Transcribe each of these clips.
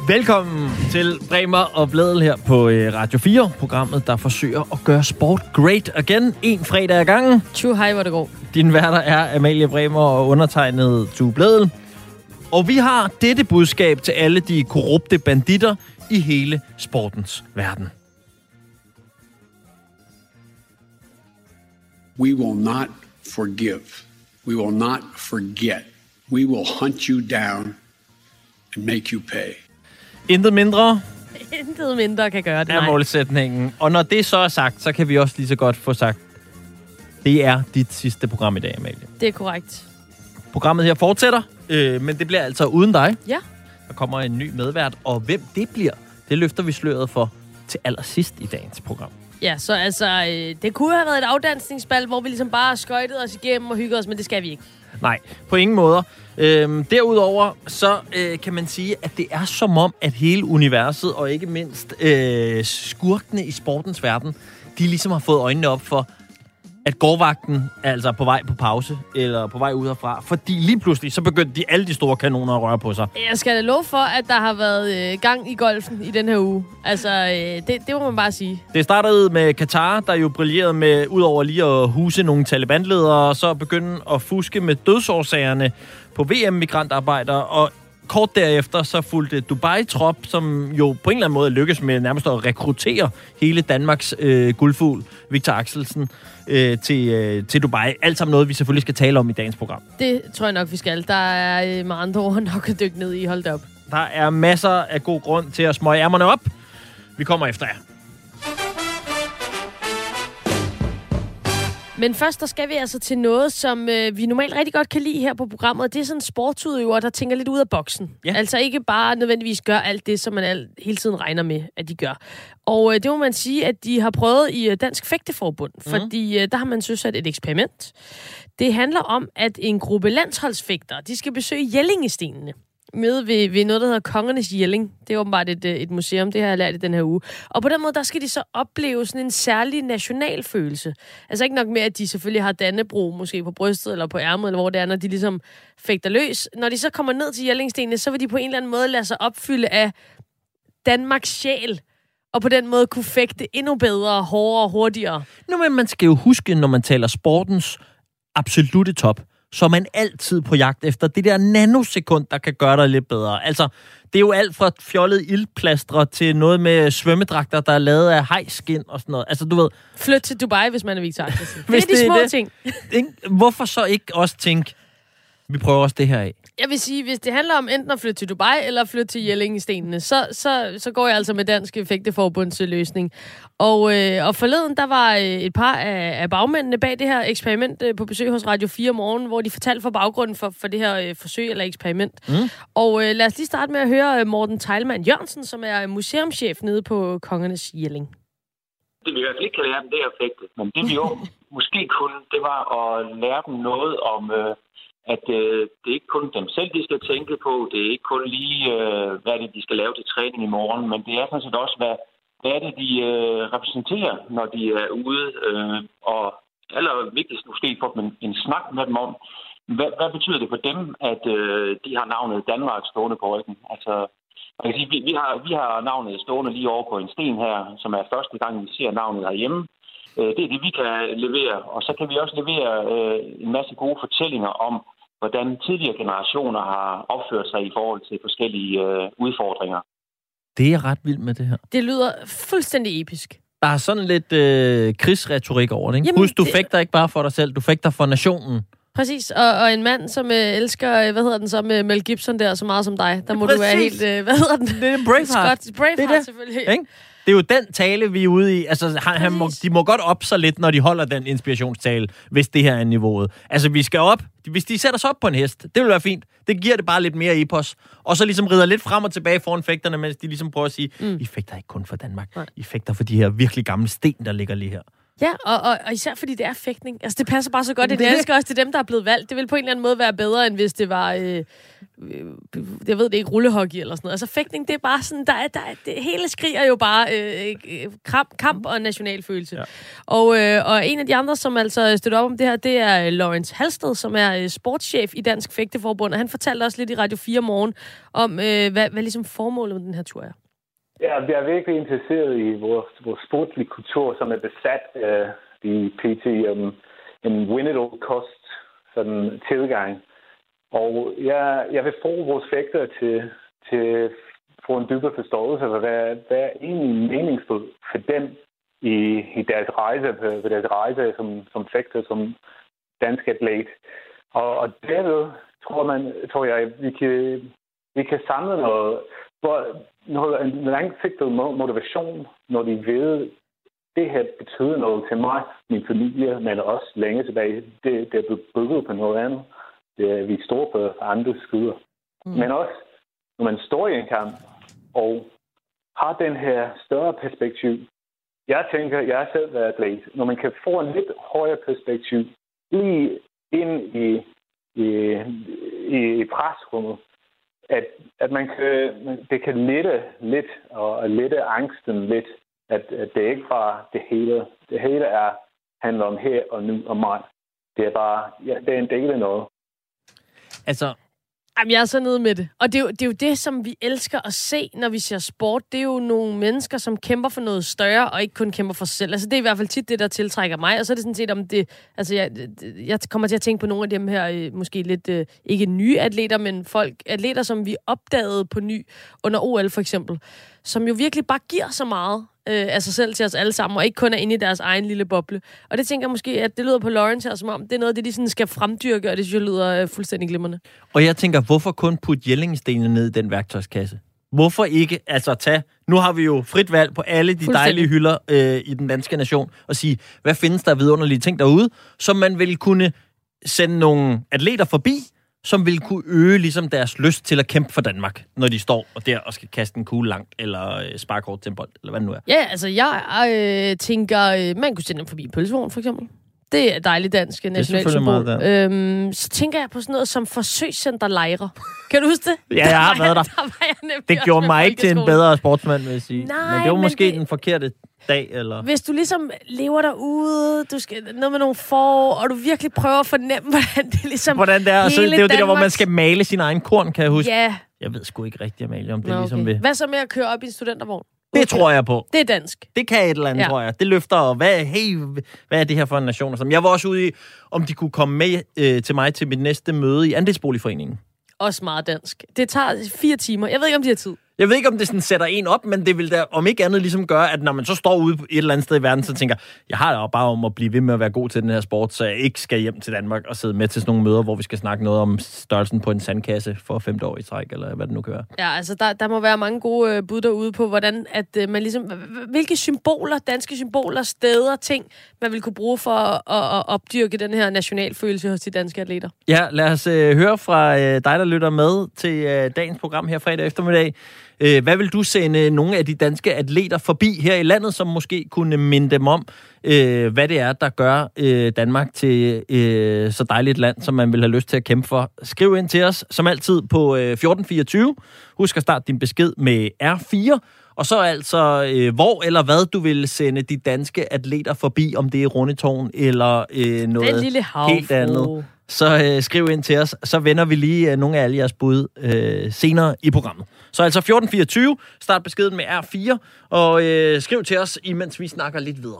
Velkommen til Bremer og Blædel her på Radio 4, programmet, der forsøger at gøre sport great again. En fredag ad gangen. Hej, hvor det går. Din værter er Amalie Bremer og undertegnet Tue Blædel. Og vi har dette budskab til alle de korrupte banditter i hele sportens verden. We will not forgive. We will not forget. We will hunt you down and make you pay. Intet mindre kan gøre det, er målsætningen. Og når det så er sagt, så kan vi også lige så godt få sagt, det er dit sidste program i dag, Amalie. Det er korrekt. Programmet her fortsætter, men det bliver altså uden dig. Ja. Der kommer en ny medvært, og hvem det bliver, det løfter vi sløret for til allersidst i dagens program. Ja, så altså, det kunne have været et afdansningsbal, hvor vi ligesom bare skøjtede os igennem og hyggede os, men det skal vi ikke. Nej, på ingen måder. Derudover, så kan man sige, at det er som om, at hele universet, og ikke mindst skurkene i sportens verden, de ligesom har fået øjnene op for, at gårdvagten er altså på vej på pause, eller på vej ud herfra. Fordi lige pludselig, så begyndte alle de store kanoner at røre på sig. Jeg skal da love for, at der har været gang i golfen i den her uge. Altså, det må man bare sige. Det startede med Katar, der jo brillerede med, udover lige at huse nogle Taliban-ledere, så begyndte at fuske med dødsårsagerne på VM-migrantarbejdere, og kort derefter så fulgte Dubai-trop, som jo på en eller anden måde lykkes med nærmest at rekruttere hele Danmarks guldfugl, Victor Axelsen, til Dubai. Alt sammen noget, vi selvfølgelig skal tale om i dagens program. Det tror jeg nok, vi skal. Der er med andre ord nok at dykke ned i. Hold da op. Der er masser af god grund til at smøge ærmerne op. Vi kommer efter jer. Men først, der skal vi altså til noget, som vi normalt rigtig godt kan lide her på programmet. Det er sådan en sportsudøver, der tænker lidt ud af boksen. Ja. Altså ikke bare nødvendigvis gør alt det, som man hele tiden regner med, at de gør. Og det må man sige, at de har prøvet i Dansk Fægteforbund, fordi der har man søsat et eksperiment. Det handler om, at en gruppe landsholdsfægtere, de skal besøge Jellingestenene. Med ved noget, der hedder Kongernes Jelling. Det er åbenbart et museum, det har jeg lært i den her uge. Og på den måde, der skal de så opleve sådan en særlig nationalfølelse. Altså ikke nok med, at de selvfølgelig har Dannebrog måske på brystet eller på ærmet, eller hvor det er, når de ligesom fægter løs. Når de så kommer ned til Jellingstenene, så vil de på en eller anden måde lade sig opfylde af Danmarks sjæl. Og på den måde kunne fægte endnu bedre, hårdere og hurtigere. Nå, men man skal jo huske, når man taler sportens absolutte top, så er man altid på jagt efter det der nanosekund, der kan gøre dig lidt bedre. Altså, det er jo alt fra fjollede ildplastre til noget med svømmedragter, der er lavet af hajskin og sådan noget. Altså, du ved... Flyt til Dubai, hvis man er Victor Axelsen. Det er de små ting. Hvorfor så ikke også tænke, vi prøver også det her af? Jeg vil sige, hvis det handler om enten at flytte til Dubai eller flytte til Jellingestenene, så går jeg altså med Dansk Fægteforbunds løsning. Og forleden, der var et par af bagmændene bag det her eksperiment på besøg hos Radio 4 morgen, hvor de fortalte for baggrunden for det her forsøg eller eksperiment. Og lad os lige starte med at høre Morten Teilmann Jørgensen, som er museumschef nede på Kongernes Jelling. Det vi i hvert fald ikke kan lære dem, det er at fægte. Men det vi jo måske kunne, det var at lære dem noget om... at det er ikke kun dem selv, de skal tænke på. Det er ikke kun lige, hvad det de skal lave til træning i morgen, men det er sådan set også, hvad er det, de repræsenterer, når de er ude. Og allervigtigst måske få en snak med dem om, hvad betyder det for dem, at de har navnet Danmark stående på ryggen? Altså, man kan sige, vi har navnet stående lige over på en sten her, som er første gang, vi ser navnet herhjemme. Det er det, vi kan levere, og så kan vi også levere en masse gode fortællinger om, hvordan tidligere generationer har opført sig i forhold til forskellige udfordringer. Det er ret vildt med det her. Det lyder fuldstændig episk. Der er sådan lidt krigsretorik over det, ikke? Jamen, husk, du fægter ikke bare for dig selv, du fægter for nationen. Præcis, og en mand, som elsker, hvad hedder den så, med Mel Gibson der, så meget som dig, der må du være helt, hvad hedder den? Det er Braveheart. Braveheart, selvfølgelig. Ikke? Det er jo den tale, vi er ude i. Altså, de må godt op sig lidt, når de holder den inspirationstale, hvis det her er niveauet. Altså, vi skal op. Hvis de sætter sig op på en hest, det vil være fint. Det giver det bare lidt mere epos. Og så ligesom rider lidt frem og tilbage foran fægterne, mens de ligesom prøver at sige, I fægter ikke kun for Danmark. Nej. I fægter for de her virkelig gamle sten, der ligger lige her. Ja, og især fordi det er fægtning. Altså, det passer bare så godt. Jeg elsker også til dem, der er blevet valgt. Det vil på en eller anden måde være bedre, end hvis det var, jeg ved det ikke, rullehockey eller sådan noget. Altså, fægtning, det er bare sådan, det hele skriger jo bare kamp og nationalfølelse. Ja. Og en af de andre, som altså støtter op om det her, det er Lawrence Halsted, som er sportschef i Dansk Fægteforbund. Og han fortalte også lidt i Radio 4 morgen om, hvad ligesom formålet med den her tur er. Ja, vi er virkelig interesseret i vores sportslige kultur, som er besat af de PT en win at all cost sådan tilgang. Og jeg vil få vores fægtere til få en dybere forståelse for, hvad er egentlig meningsfuldt for dem i deres rejse, på deres rejse som fægter, som dansk atlet. Og derved tror jeg, vi kan samle noget en langsigtet motivation, når de ved, det her betyder noget til mig, min familie, men også længe tilbage. Det er blevet bygget på noget andet. Vi står på andre skuder. Men også, når man står i en kamp og har den her større perspektiv. Jeg tænker, jeg har selv været atlet. Når man kan få en lidt højere perspektiv lige ind i presrummet, at det kan lette lidt og lette angsten lidt, at det ikke bare det hele handler om her og nu og mig. Det er bare, det er en del af noget. Altså, jamen, jeg er så nede med det. Og det er jo det, som vi elsker at se, når vi ser sport. Det er jo nogle mennesker, som kæmper for noget større, og ikke kun kæmper for sig selv. Altså, det er i hvert fald tit det, der tiltrækker mig. Og så er det sådan set om det... Altså, jeg kommer til at tænke på nogle af dem her, måske lidt ikke nye atleter, men atleter, som vi opdagede på ny under OL for eksempel, som jo virkelig bare giver så meget af sig selv til os alle sammen, og ikke kun er inde i deres egen lille boble. Og det tænker jeg måske, at det lyder på Lawrence her, som om det er noget, det de sådan skal fremdyrke, og det synes jeg lyder fuldstændig glimrende. Og jeg tænker, hvorfor kun putte Jellingstenene ned i den værktøjskasse? Hvorfor ikke tage... Nu har vi jo frit valg på alle de dejlige hylder i den danske nation, og sige, hvad findes der vidunderlige ting derude, som man vil kunne sende nogle atleter forbi, som vil kunne øge ligesom deres lyst til at kæmpe for Danmark, når de står der og skal kaste en kugle langt, eller sparke hårdt til en bold, eller hvad det nu er. Ja, altså jeg tænker, man kunne sende dem forbi en pølsevogn, for eksempel. Det er dejligt dansk nationalsymbol. Så tænker jeg på sådan noget som forsøgscenterlejre. Kan du huske det? Ja, jeg har været der. Det gjorde mig ikke til en bedre sportsmand, vil jeg sige. Nej, men det var måske den forkerte dag, eller... Hvis du ligesom lever derude, du skal noget med nogle får, og du virkelig prøver at fornemme, hvordan det ligesom... Hvordan det er, altså, det er jo det der, hvor man skal male sin egen korn, kan jeg huske. Ja. Jeg ved sgu ikke rigtigt at male, om det er ligesom ved... Hvad så med at køre op i en studentervogn? Det tror jeg på. Det er dansk. Det kan et eller andet, tror jeg. Det løfter, og hvad er det her for en nation? Jeg var også ude i, om de kunne komme med til mig til mit næste møde i Andelsboligforeningen. Også meget dansk. Det tager 4 timer. Jeg ved ikke, om de har tid. Jeg ved ikke, om det sådan sætter en op, men det vil da om ikke andet ligesom gøre, at når man så står ude et eller andet sted i verden, så tænker jeg har da bare om at blive ved med at være god til den her sport, så jeg ikke skal hjem til Danmark og sidde med til sådan nogle møder, hvor vi skal snakke noget om størrelsen på en sandkasse for 5 år i træk, eller hvad det nu kan være. Ja, altså der må være mange gode bud derude på, hvordan at man ligesom, hvilke symboler, danske symboler, steder, ting, man vil kunne bruge for at opdyrke den her nationalfølelse hos de danske atleter. Ja, lad os høre fra dig, der lytter med til dagens program her fredag eftermiddag. Hvad vil du sende nogle af de danske atleter forbi her i landet, som måske kunne minde dem om, hvad det er, der gør Danmark til så dejligt et land, som man vil have lyst til at kæmpe for? Skriv ind til os, som altid, på 1424. Husk at starte din besked med R4. Og så altså, hvor eller hvad du vil sende de danske atleter forbi, om det er Rundetårn eller noget helt andet. Så skriv ind til os, så vender vi lige nogle af alle jeres bud senere i programmet. Så altså 1424, start beskeden med R4, og skriv til os, imens vi snakker lidt videre.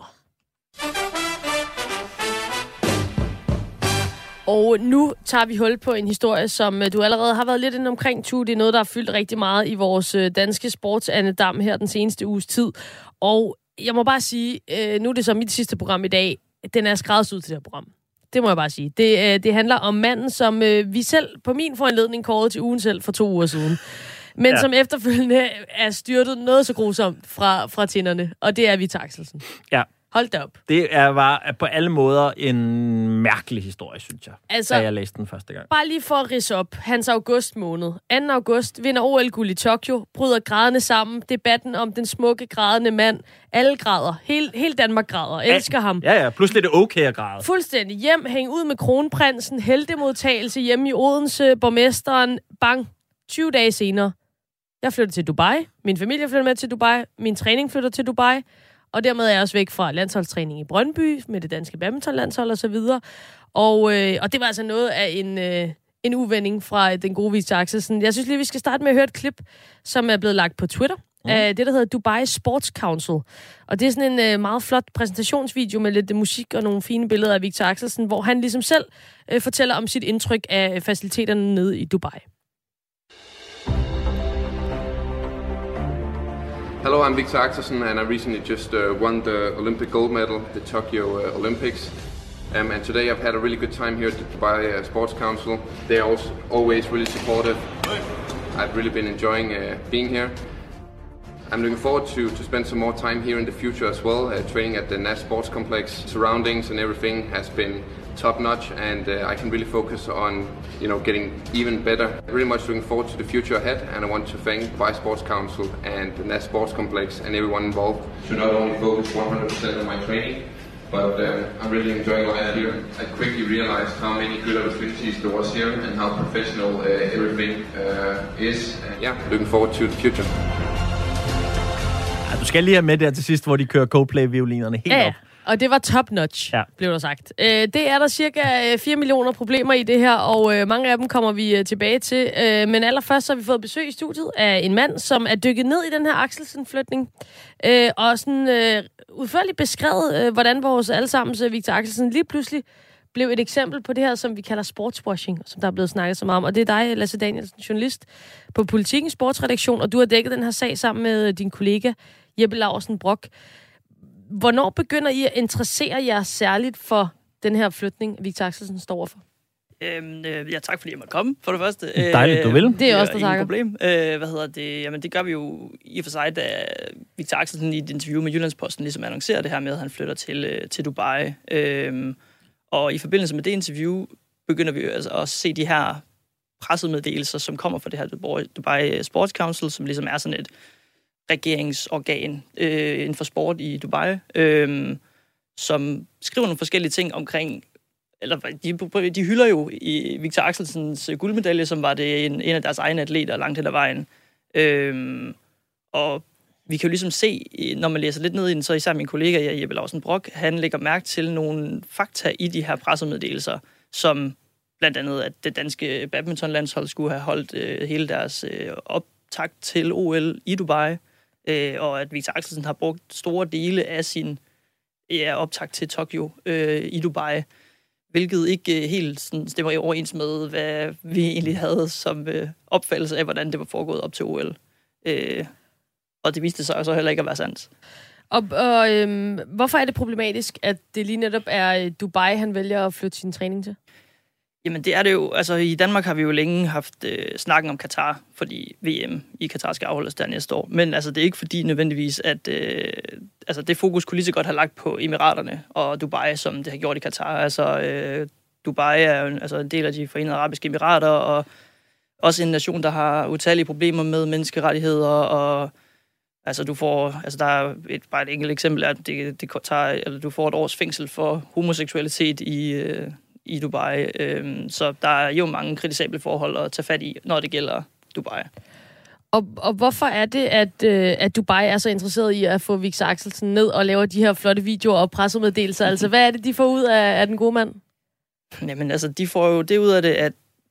Og nu tager vi hul på en historie, som du allerede har været lidt inde omkring, Tue. Det er noget, der har fyldt rigtig meget i vores danske sportsandedam her den seneste uges tid. Og jeg må bare sige, nu er det så mit sidste program i dag, den er skræddersyet til det her program. Det må jeg bare sige. Det handler om manden, som vi selv på min foranledning kårede til ugen selv for 2 uger siden. Men som efterfølgende er styrtet noget så grusomt fra tinderne, og det er Victor Axelsen. Ja, Hold da op. Det var på alle måder en mærkelig historie, synes jeg, da jeg læste den første gang. Bare lige for at ridse op. Hans august måned. 2. august vinder OL-guld i Tokyo, bryder grædende sammen. Debatten om den smukke, grædende mand. Alle græder. Hele Danmark græder. Elsker ham. Ja. Pludselig er det okay at græde. Fuldstændig. Hjem, hæng ud med kronprinsen. Heltemodtagelse hjemme i Odense. Borgmesteren. Bang. 20 dage senere. Jeg flytter til Dubai. Min familie flytter med til Dubai. Min træning flytter til Dubai. Og dermed er jeg også væk fra landsholdstræning i Brøndby med det danske badmintonlandshold og så videre. Og det var altså noget af en uvending fra den gode Victor Axelsen. Jeg synes lige, vi skal starte med at høre et klip, som er blevet lagt på Twitter. Det, der hedder Dubai Sports Council. Og det er sådan en meget flot præsentationsvideo med lidt musik og nogle fine billeder af Victor Axelsen, hvor han ligesom selv fortæller om sit indtryk af faciliteterne nede i Dubai. Hello, I'm Victor Axelsen, and I recently just won the Olympic gold medal, the Tokyo Olympics. And today I've had a really good time here at the Dubai Sports Council. They are always really supportive. I've really been enjoying being here. I'm looking forward to spend some more time here in the future as well, training at the NAS Sports Complex. Surroundings and everything has been top-notch, and I can really focus on, getting even better. Really much looking forward to the future ahead, and I want to thank Dubai Sports Council and the NAS Sports Complex and everyone involved to not only focus 100% on my training, but I'm really enjoying life here. I quickly realized how many good opportunities there was here and how professional everything is. And looking forward to the future. Ja, du skal lige have med der til sidst, hvor de kører Coldplay-violinerne helt op. Og det var top-notch, blev der sagt. Det er der cirka 4 millioner problemer i det her, og mange af dem kommer vi tilbage til. Men allerførst så har vi fået besøg i studiet af en mand, som er dykket ned i den her Axelsen-flytning. Og sådan udførligt beskrevet, hvordan vores allesammens Victor Axelsen lige pludselig blev et eksempel på det her, som vi kalder sportswashing, som der er blevet snakket så meget om. Og det er dig, Lasse Danielsen, journalist på Politikens sportsredaktion, og du har dækket den her sag sammen med din kollega Jeppe Laursen Brock. Hvornår begynder I at interessere jer særligt for den her flytning, Victor Axelsen står for? Tak fordi jeg måtte komme, for det første. Dejligt, du vil. Det er også der takker. Problem. Jamen, det gør vi jo i og for sig, da Victor Axelsen i et interview med Jyllandsposten ligesom annoncerer det her med, at han flytter til Dubai. Og i forbindelse med det interview begynder vi altså at se de her pressemeddelelser, som kommer fra det her Dubai Sports Council, som ligesom er sådan et regeringsorgan inden for sport i Dubai, som skriver nogle forskellige ting omkring, eller de hylder jo i Victor Axelsens guldmedalje, som var det en af deres egne atleter langt hen ad vejen. Og vi kan jo ligesom se, når man læser lidt ned i den, så især min kollega Jeppe Laursen Brock, han lægger mærke til nogle fakta i de her pressemeddelelser, som blandt andet, at det danske badmintonlandshold skulle have holdt hele deres optakt til OL i Dubai, og at Victor Axelsen har brugt store dele af sin optakt til Tokyo i Dubai, hvilket ikke helt stemmer i overens med, hvad vi egentlig havde som opfattelse af, hvordan det var foregået op til OL. Og det viste sig så heller ikke at være sandt. Og hvorfor er det problematisk, at det lige netop er Dubai, han vælger at flytte sin træning til? Jamen det er det jo, altså i Danmark har vi jo længe haft snakken om Katar, fordi VM i Katar skal afholdes der næste år. Men altså det er ikke fordi nødvendigvis, at det fokus kunne lige så godt have lagt på Emiraterne og Dubai, som det har gjort i Katar. Altså Dubai er jo en del af de Forenede Arabiske Emirater, og også en nation, der har utallige problemer med menneskerettigheder, og altså der er bare et enkelt eksempel, at du får et års fængsel for homoseksualitet i Dubai. Så der er jo mange kritisable forhold at tage fat i, når det gælder Dubai. Og hvorfor er det, at Dubai er så interesseret i at få Victor Axelsen ned og lave de her flotte videoer og pressemeddelelser? Altså, hvad er det, de får ud af den gode mand? Jamen, altså, de får jo det ud af det, at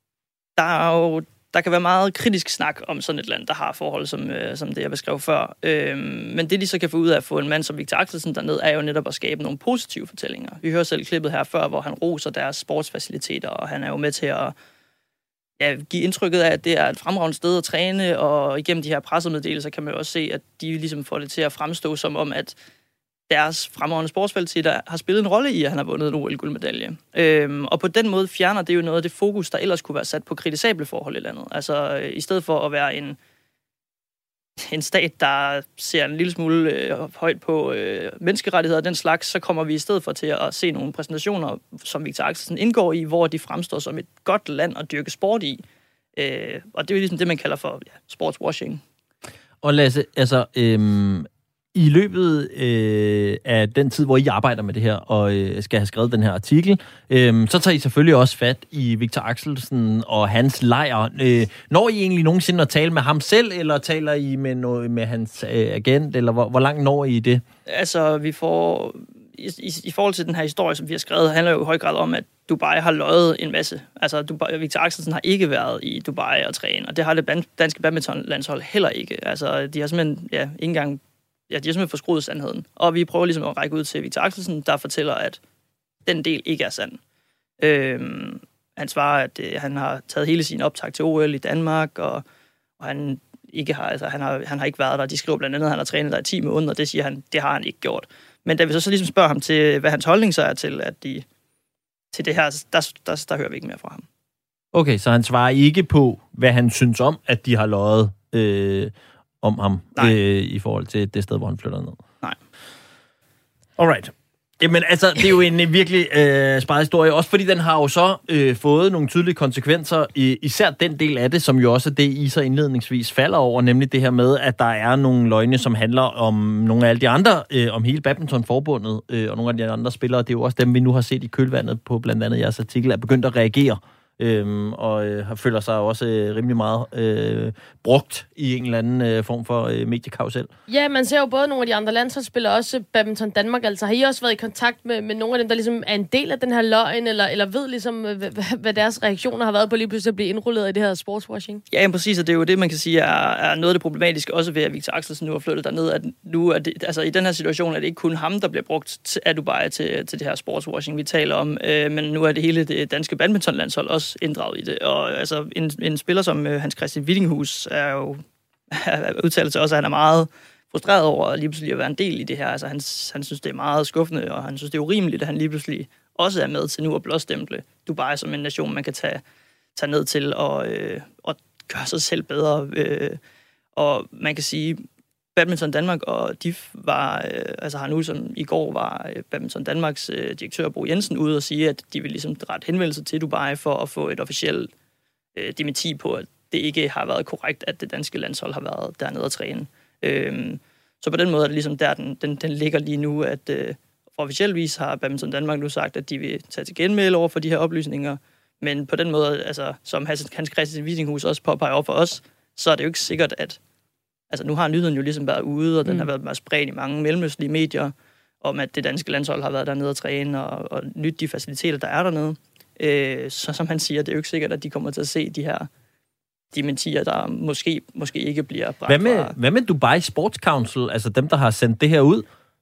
der kan være meget kritisk snak om sådan et land, der har forhold, som det, jeg beskrev før. Men det, de så kan få ud af at få en mand som Victor Axelsen derned, er jo netop at skabe nogle positive fortællinger. Vi hører selv klippet her før, hvor han roser deres sportsfaciliteter, og han er jo med til at give indtrykket af, at det er et fremragende sted at træne, og igennem de her pressemeddelelser kan man jo også se, at de ligesom får det til at fremstå som om, at deres fremragende sportsfaciliteter har spillet en rolle i, at han har vundet en OL-guldmedalje. Og på den måde fjerner det jo noget af det fokus, der ellers kunne være sat på kritisable forhold i landet. Altså i stedet for at være en stat, der ser en lille smule højt på menneskerettigheder og den slags, så kommer vi i stedet for til at se nogle præsentationer, som Victor Axelsen indgår i, hvor de fremstår som et godt land at dyrke sport i. Og det er jo ligesom det, man kalder for sportswashing. Og Lasse, altså, i løbet af den tid, hvor I arbejder med det her, og skal have skrevet den her artikel, så tager I selvfølgelig også fat i Victor Axelsen og hans lejr. Når I egentlig nogensinde at tale med ham selv, eller taler I med hans agent, eller hvor langt når I det? Altså, vi får... I forhold til den her historie, som vi har skrevet, handler jo i høj grad om, at Dubai har løjet en masse. Altså, Victor Axelsen har ikke været i Dubai og træne, og det har det danske badmintonlandshold heller ikke. Altså, de har simpelthen, de har simpelthen forskruet sandheden. Og vi prøver ligesom at række ud til Victor Axelsen, der fortæller, at den del ikke er sand. Han svarer, at han har taget hele sin optag til OL i Danmark, og han ikke har, altså, han har ikke været der. De skriver blandt andet, at han har trænet der i 10 måneder, og det siger han, det har han ikke gjort. Men da vi så ligesom spørger ham til, hvad hans holdning så er til, til det her, der hører vi ikke mere fra ham. Okay, så han svarer ikke på, hvad han synes om, at de har løjet om ham i forhold til det sted, hvor han flytter ned. Nej. Alright. Jamen altså, det er jo en virkelig sparet historie, også fordi den har jo så fået nogle tydelige konsekvenser, især den del af det, som jo også er det, I så indledningsvis falder over, nemlig det her med, at der er nogle løgne, som handler om nogle af alle de andre, om hele badmintonforbundet, og nogle af de andre spillere. Det er jo også dem, vi nu har set i kølvandet på blandt andet jeres artikel, er begyndt at reagere. Og føler sig også rimelig meget brugt i en eller anden form for mediekarusel. Ja, man ser jo både nogle af de andre landsholdsspillere, også Badminton Danmark. Altså har I også været i kontakt med nogle af dem, der ligesom er en del af den her løgn, eller ved ligesom, hvad deres reaktioner har været på lige pludselig at blive indrulleret i det her sportswashing? Ja, præcis, og det er jo det, man kan sige er noget af det problematiske, også ved at Victor Axelsen nu har flyttet derned, at nu er det, altså i den her situation er det ikke kun ham, der bliver brugt af Dubai til det her sportswashing, vi taler om, men nu er det hele det danske badmintonlandshold også inddraget i det. Og altså, en spiller som Hans Christian Wittinghus er jo udtalt til os, at han er meget frustreret over lige pludselig at være en del i det her. Altså, han synes, det er meget skuffende, og han synes, det er urimeligt, at han lige pludselig også er med til nu at blåstemple Dubai som en nation, man kan tage ned til og gøre sig selv bedre. Og man kan sige, Badminton Danmark og DIF var, har nu som i går var Badminton Danmarks direktør Bo Jensen ude og sige, at de vil ligesom rette henvendelse til Dubai for at få et officielt dementi på, at det ikke har været korrekt, at det danske landshold har været dernede og træne. Så på den måde er det ligesom der, den ligger lige nu, at officieltvis har Badminton Danmark nu sagt, at de vil tage til genmæle over for de her oplysninger, men på den måde, altså, som Hans Christian Wittinghus også påpeger over for os, så er det jo ikke sikkert, at altså nu har nyheden jo ligesom været ude, og den har været spredt i mange mellemøstlige medier, om at det danske landshold har været dernede og træne, og nyt de faciliteter, der er dernede. Så som han siger, det er jo ikke sikkert, at de kommer til at se de her dementier, der måske ikke bliver bragt Hvad med Dubai Sports Council, altså dem, der har sendt det her ud?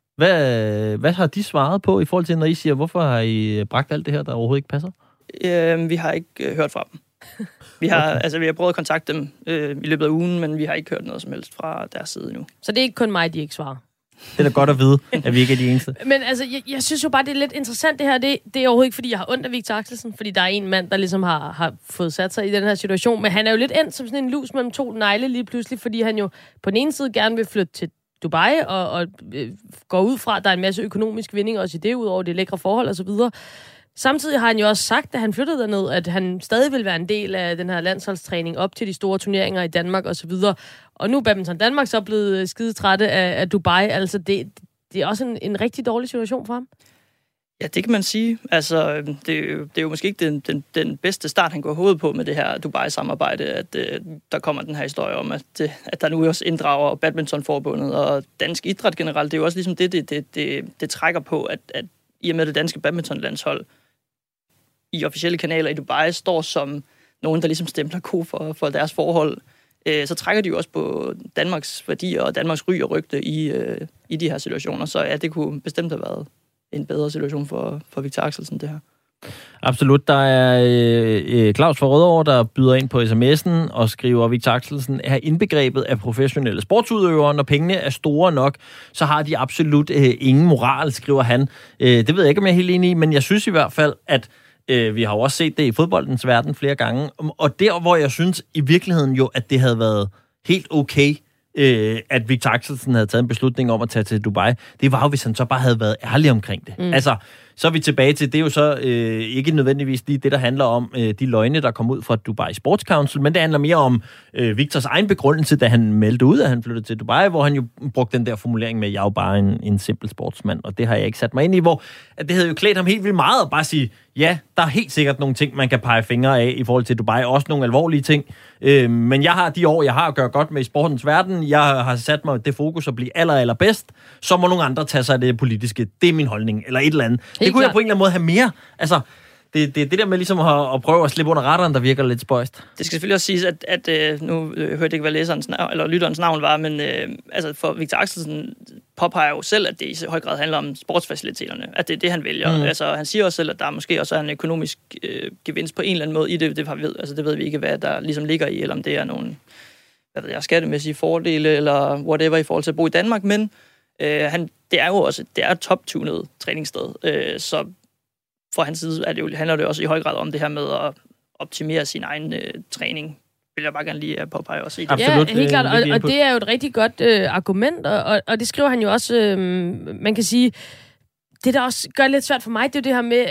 Hvad har de svaret på i forhold til, når I siger, hvorfor har I bragt alt det her, der overhovedet ikke passer? Vi har ikke hørt fra dem. Vi har prøvet at kontakte dem i løbet af ugen, men vi har ikke hørt noget som helst fra deres side endnu. Så det er ikke kun mig, de ikke svarer? Det er da godt at vide, at vi ikke er de eneste. Men altså, jeg synes jo bare, det er lidt interessant det her. Det er overhovedet ikke, fordi jeg har ondt af Victor Axelsen, fordi der er en mand, der ligesom har fået sat sig i den her situation. Men han er jo lidt endt som sådan en lus mellem to negle lige pludselig, fordi han jo på den ene side gerne vil flytte til Dubai og går ud fra, at der er en masse økonomisk vinding også i det, udover det lækre forhold og så videre. Samtidig har han jo også sagt, da han flyttede derned, at han stadig vil være en del af den her landsholdstræning op til de store turneringer i Danmark og så videre. Og nu er Badminton Danmark så blevet skide trætte af Dubai. Altså, det er også en rigtig dårlig situation for ham. Ja, det kan man sige. Altså, det er jo måske ikke den bedste start, han går hovedet på med det her Dubai-samarbejde, at der kommer den her historie om, at der nu også inddrager badmintonforbundet og dansk idræt generelt. Det er jo også ligesom det trækker på, at i og med det danske badmintonlandshold i officielle kanaler i Dubai står som nogen, der ligesom stempler ko for deres forhold, så trækker de jo også på Danmarks værdier og Danmarks ry og rygte i de her situationer. Så ja, det kunne bestemt have været en bedre situation for Victor Axelsen, det her. Absolut. Der er Claus fra Rødovre, der byder ind på sms'en og skriver, Victor Axelsen er indbegrebet af professionelle sportsudøvere. Når pengene er store nok, så har de absolut ingen moral, skriver han. Det ved jeg ikke, om jeg er helt enig i, men jeg synes i hvert fald, at vi har jo også set det i fodboldens verden flere gange. Og der, hvor jeg synes i virkeligheden jo, at det havde været helt okay, at Victor Axelsen havde taget en beslutning om at tage til Dubai, det var jo, hvis han så bare havde været ærlig omkring det. Altså, så er vi tilbage til, det er jo så ikke nødvendigvis lige det, der handler om de løgne, der kom ud fra Dubai Sports Council, men det handler mere om Victors egen begrundelse, da han meldte ud, at han flyttede til Dubai, hvor han jo brugte den der formulering med, at jeg er jo bare en simpel sportsmand, og det har jeg ikke sat mig ind i, hvor at det havde jo klædt ham helt vildt meget at bare sige, ja, der er helt sikkert nogle ting, man kan pege fingre af i forhold til Dubai, også nogle alvorlige ting, men jeg har de år, jeg har at gøre godt med i sportens verden, jeg har sat mig det fokus at blive allerbedst, så må nogle andre tage sig af det politiske, det er min holdning, eller et eller andet. Det kunne jeg på en eller anden måde have mere. Altså, det der med ligesom at prøve at slippe under radaren, der virker lidt spøjst. Det skal selvfølgelig også siges, at nu hørte jeg ikke, hvad læserens eller lytterens navn var, men altså for Victor Axelsen påpeger jo selv, at det i høj grad handler om sportsfaciliteterne, at det er det, han vælger. Altså, han siger også selv, at der måske også er en økonomisk gevinst på en eller anden måde i det. Det ved vi ikke, hvad der ligesom ligger i, eller om det er nogle skattemæssige fordele, eller whatever i forhold til at bo i Danmark, men det er jo også et top-tunet træningssted, så fra hans side handler det også i høj grad om det her med at optimere sin egen træning. Vil jeg bare gerne lige påpege også i det. Absolut. Ja, helt klart, og det er jo et rigtig godt argument, og det skriver han jo også, man kan sige, det der også gør det lidt svært for mig, det er jo det her med,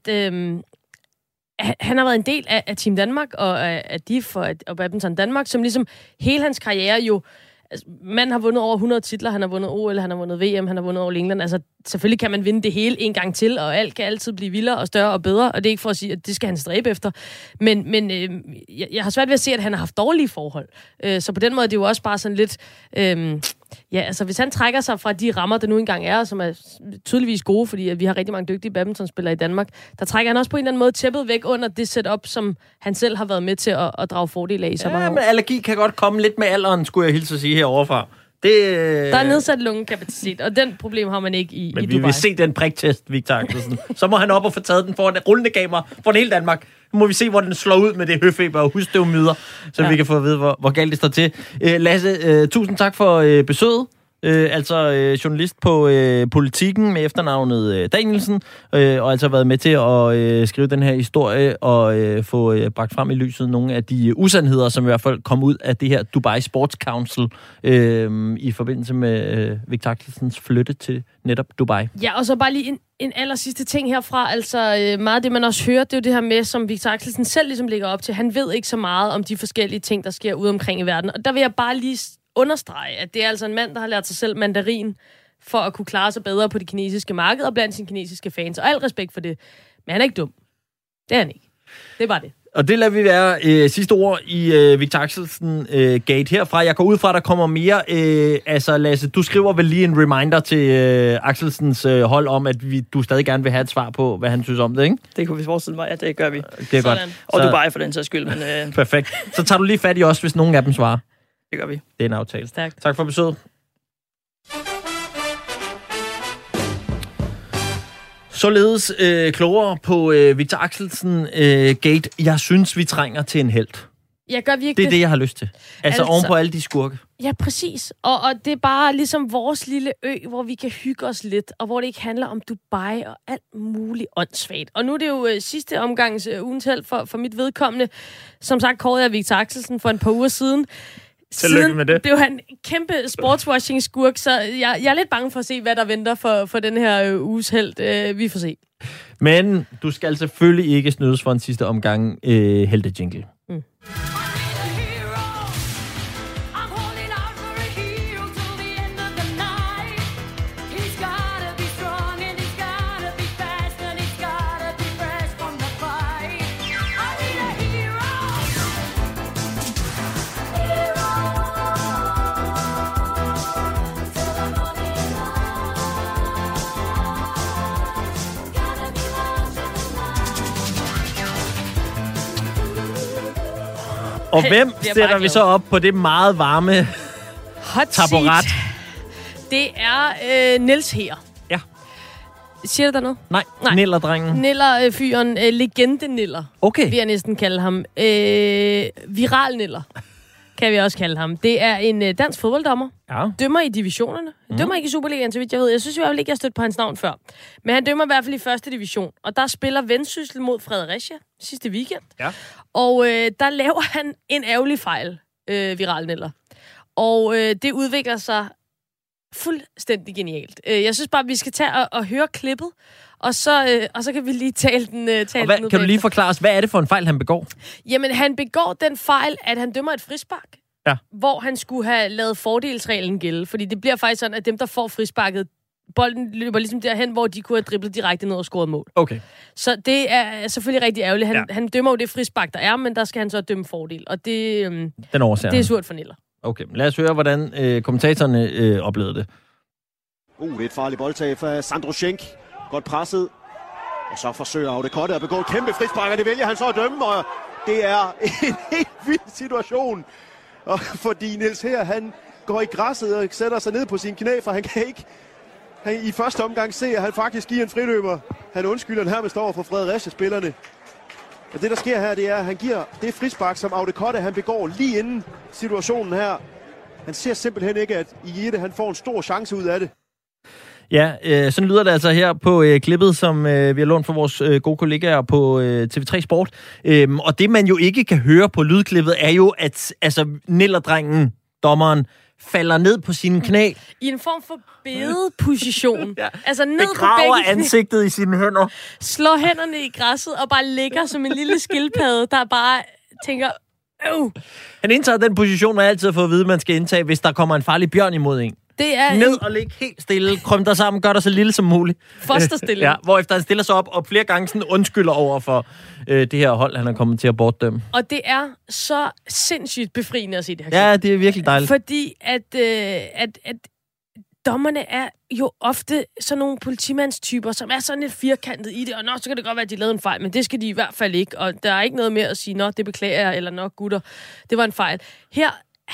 at han har været en del af Team Danmark, og af DIF og Badminton Danmark, som ligesom hele hans karriere jo. Altså, manden har vundet over 100 titler, han har vundet OL, han har vundet VM, han har vundet over England. Altså, selvfølgelig kan man vinde det hele en gang til, og alt kan altid blive vildere og større og bedre, og det er ikke for at sige, at det skal han stræbe efter. Men jeg har svært ved at se, at han har haft dårlige forhold. Så på den måde er det jo også bare sådan lidt. Ja, altså hvis han trækker sig fra de rammer, der nu engang er, som er tydeligvis gode, fordi at vi har rigtig mange dygtige badmintonspillere i Danmark, der trækker han også på en eller anden måde tæppet væk under det setup, som han selv har været med til at drage fordel af i så mange år. Men allergi kan godt komme lidt med alderen, skulle jeg hilse at sige heroverfra. Der er nedsat lungekapacitet, og den problem har man ikke i Dubai. Men vi vil se den priktest, Victor Axelsen. Så må han op og få taget den foran rullende kamera for hele Danmark. Nu må vi se, hvor den slår ud med det høfeber og husstøvmyder, så vi kan få at vide, hvor galt det står til. Lasse, tusind tak for besøget. Journalist på Politikken med efternavnet Danielsen, og altså været med til at skrive den her historie og få bragt frem i lyset nogle af de usandheder, som i hvert fald kom ud af det her Dubai Sports Council i forbindelse med Victor Axelsens flytte til netop Dubai. Ja, og så bare lige en aller sidste ting herfra, altså meget af det, man også hører, det er jo det her med, som Victor Axelsen selv ligesom lægger op til. Han ved ikke så meget om de forskellige ting, der sker ude omkring i verden, og der vil jeg bare lige understrege, at det er altså en mand, der har lært sig selv mandarin for at kunne klare sig bedre på det kinesiske marked og blandt sine kinesiske fans. Og al respekt for det. Men han er ikke dum. Det er han ikke. Det er bare det. Og det lader vi være sidste ord i Victor Axelsen gate herfra. Jeg går ud fra, at der kommer mere. Lasse, du skriver vel lige en reminder til Axelsens hold om, at du stadig gerne vil have et svar på, hvad han synes om det, ikke? Det kunne vi forestille mig, at det gør vi. Det er godt. Og Dubai for den sags skyld. Men, perfekt. Så tager du lige fat i os, hvis nogen af dem svarer. Det gør vi. Det er en aftale. Stærkt. Tak for besøget. Således klogere på Victor Axelsen gate. Jeg synes, vi trænger til en helt. Jeg gør virkelig. Det er det, jeg har lyst til. Altså oven på alle de skurke. Ja, præcis. Og det er bare ligesom vores lille ø, hvor vi kan hygge os lidt, og hvor det ikke handler om Dubai og alt muligt åndssvagt. Og nu er det jo sidste omgangs ugens held for mit vedkommende. Som sagt kårede jeg Victor Axelsen for et par uger siden. Tillykke med det. Blev han en kæmpe sportswashing-skurk, så jeg er lidt bange for at se, hvad der venter for den her uges held. Vi får se. Men du skal selvfølgelig ikke snydes for en sidste omgang helte-jingle. Og hvem sætter vi så op på det meget varme taburet? Det er Niels her. Ja. Siger du der noget? Nej. Niller-drengen. Niller-fyren. Legende-Niller. Okay. Vil jeg næsten kalde ham. Viral-Niller. Kan vi også kalde ham. Det er en dansk fodbolddommer. Ja. Dømmer i divisionerne. Dømmer ikke i Superligaen, så vidt jeg ved. Jeg synes i hvert fald ikke, jeg har stødt på hans navn før. Men han dømmer i hvert fald i første division. Og der spiller Vendsyssel mod Fredericia sidste weekend. Ja. Og der laver han en ærgerlig fejl, Viral Niller. Og det udvikler sig fuldstændig genialt. Jeg synes bare, vi skal tage og høre klippet, og så kan vi lige tale den ud. Kan du lige forklare os, hvad er det for en fejl, han begår? Jamen, han begår den fejl, at han dømmer et frispark, hvor han skulle have lavet fordelsreglen gælde. Fordi det bliver faktisk sådan, at dem, der får frisparket, bolden løber ligesom derhen, hvor de kunne have driblet direkte ned og scoret mål. Okay. Så det er selvfølgelig rigtig ærgerligt. Han dømmer jo det frispark, der er, men der skal han så dømme fordel. Og det er surt for Niller. Okay, lad os høre, hvordan kommentatorerne oplevede det. Det er et farligt boldtab fra Sandro Schenk. Godt presset. Og så forsøger Audekotte at begå et kæmpe frispark, og det vælger han så at dømme. Og det er en helt vild situation. Og fordi Niels her, han går i græsset og sætter sig ned på sine knæ, for han kan ikke i første omgang se, at han faktisk giver en friløber. Han undskylder den her med står for Fredericia-spillerne. Og det, der sker her, det er, at han giver det frispark, som Audekotte han begår lige inden situationen her. Han ser simpelthen ikke, at Iete han får en stor chance ud af det. Ja, sådan lyder det altså her på klippet, som vi har lånt fra vores gode kollegaer på TV3 Sport. Og det, man jo ikke kan høre på lydklippet, er jo, at Nillerdrengen, dommeren, falder ned på sine knæ. I en form for bedeposition. Ja. Altså ned begraver på begge ansigtet i sine hænder. Slår hænderne i græsset og bare ligger som en lille skildpadde, der bare tænker, Han indtager den position, man altid har fået at vide, man skal indtage, hvis der kommer en farlig bjørn imod en. Det er ned og ligge helt stille, krøm dig sammen, gør dig så lille som muligt. Fosterstilling. Ja, hvorefter han stiller sig op og flere gange sådan undskylder over for det her hold, han er kommet til at bortdømme. Og det er så sindssygt befriende at se det her. Ja, det er virkelig dejligt. Fordi at dommerne er jo ofte sådan nogle politimandstyper, som er sådan lidt firkantet i det, og så kan det godt være, at de lavede en fejl, men det skal de i hvert fald ikke, og der er ikke noget med at sige, nå, det beklager jeg, eller nå, gutter, det var en fejl. Her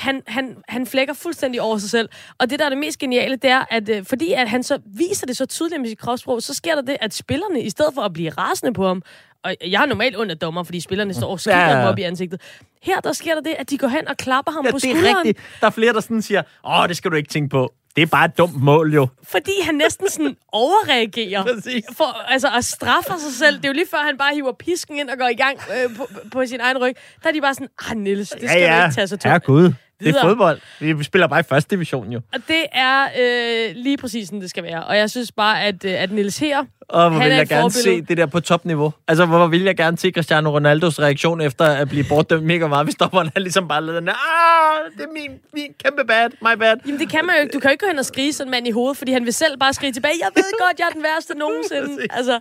han flækker fuldstændig over sig selv. Og det, der er det mest geniale, det er, at fordi at han så viser det så tydeligt med sit kropssprog, så sker der det, at spillerne, i stedet for at blive rasende på ham, og jeg er normalt under dommer, fordi spillerne står og skider ham op i ansigtet. Her, der sker der det, at de går hen og klapper ham på skulderen. Det er rigtigt. Der er flere, der sådan siger, det skal du ikke tænke på. Det er bare et dumt mål, jo. Fordi han næsten sådan overreagerer. For at straffe sig selv. Det er jo lige før, han bare hiver pisken ind og går i gang på sin egen ryg. Der er de bare sådan, Niels, det skal du ikke tage så tungt. Ja, gud. Det er fodbold. Vi spiller bare i første division, jo. Og det er lige præcis sådan, det skal være. Og jeg synes bare, at Niels her, hvor vil jeg gerne se det der på topniveau. Altså, hvor vil jeg gerne se Cristiano Ronaldos reaktion efter at blive bortdømt mega meget, hvis dommeren er ligesom bare lader den det er min kæmpe bad, my bad. Jamen, det kan man jo ikke. Du kan jo ikke gå hen og skrige sådan en mand i hovedet, fordi han vil selv bare skrige tilbage, jeg ved godt, jeg er den værste nogensinde. Altså,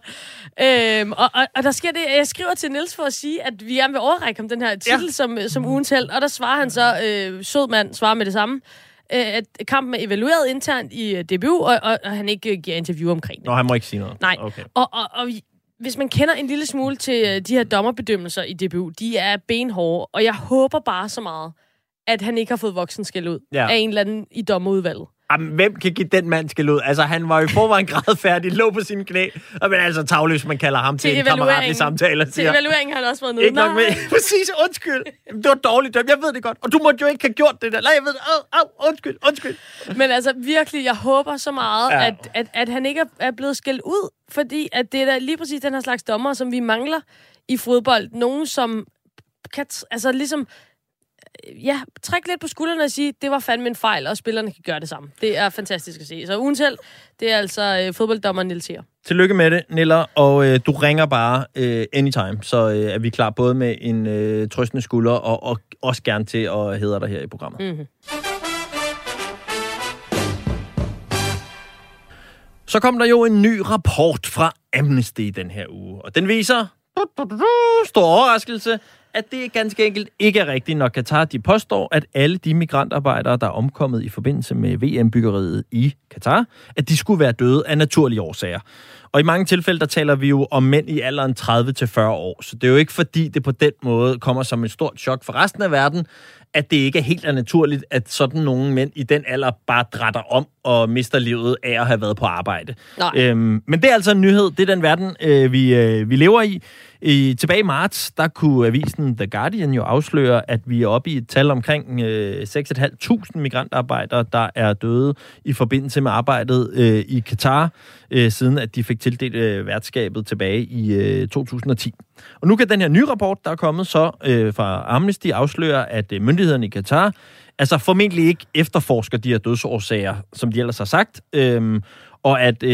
og der sker det, jeg skriver til Niels for at sige, at vi gerne vil overrække ham den her titel som ugens held, og der svarer han så, sød mand svarer med det samme, at kampen er evalueret internt i DBU, og han ikke giver interview omkring det. Nå, han må ikke sige noget. Nej, okay. Og hvis man kender en lille smule til de her dommerbedømmelser i DBU, de er benhårde, og jeg håber bare så meget, at han ikke har fået voksenskæld ud af en eller anden i dommerudvalget. Jamen, hvem kan give den mand skæld ud? Altså, han var jo i forvejen gradfærdig, lå på sine knæ, og men altså tavløs, man kalder ham til en kammeratlig samtale. Til evalueringen har han også været nede. Ikke nok med. Præcis, undskyld. Det var dårligt dømt, jeg ved det godt. Og du måtte jo ikke have gjort det der. Nej, jeg ved det. Undskyld. Men altså, virkelig, jeg håber så meget, at han ikke er blevet skældt ud, fordi at det er da lige præcis den her slags dommer, som vi mangler i fodbold. Nogen, som kan, altså ligesom, træk lidt på skuldrene og sige, det var fandme en fejl, og spillerne kan gøre det samme. Det er fantastisk at se. Så ugens held, det er altså fodbolddommer Niels her. Tillykke med det, Niller, og du ringer bare anytime, så er vi klar både med en trøstende skulder, og også gerne til at hædre dig her i programmet. Mm-hmm. Så kom der jo en ny rapport fra Amnesty den her uge, og den viser, stor overraskelse, at det ganske enkelt ikke er rigtigt, når Katar de påstår, at alle de migrantarbejdere, der er omkommet i forbindelse med VM-byggeriet i Katar, at de skulle være døde af naturlige årsager. Og i mange tilfælde, der taler vi jo om mænd i alderen 30-40 år, så det er jo ikke fordi, det på den måde kommer som et stort chok for resten af verden, at det ikke er helt naturligt, at sådan nogle mænd i den alder bare drætter om og mister livet af at have været på arbejde. Men det er altså en nyhed. Det er den verden, vi lever i. Tilbage i marts, der kunne avisen The Guardian jo afsløre, at vi er oppe i et tal omkring 6.500 migrantarbejdere, der er døde i forbindelse med arbejdet i Katar, siden at de fik tildelt værtskabet tilbage i 2010. Og nu kan den her nye rapport, der er kommet så fra Amnesty, afsløre, at myndighederne i Katar altså formentlig ikke efterforsker de her dødsårsager, som de ellers har sagt, og at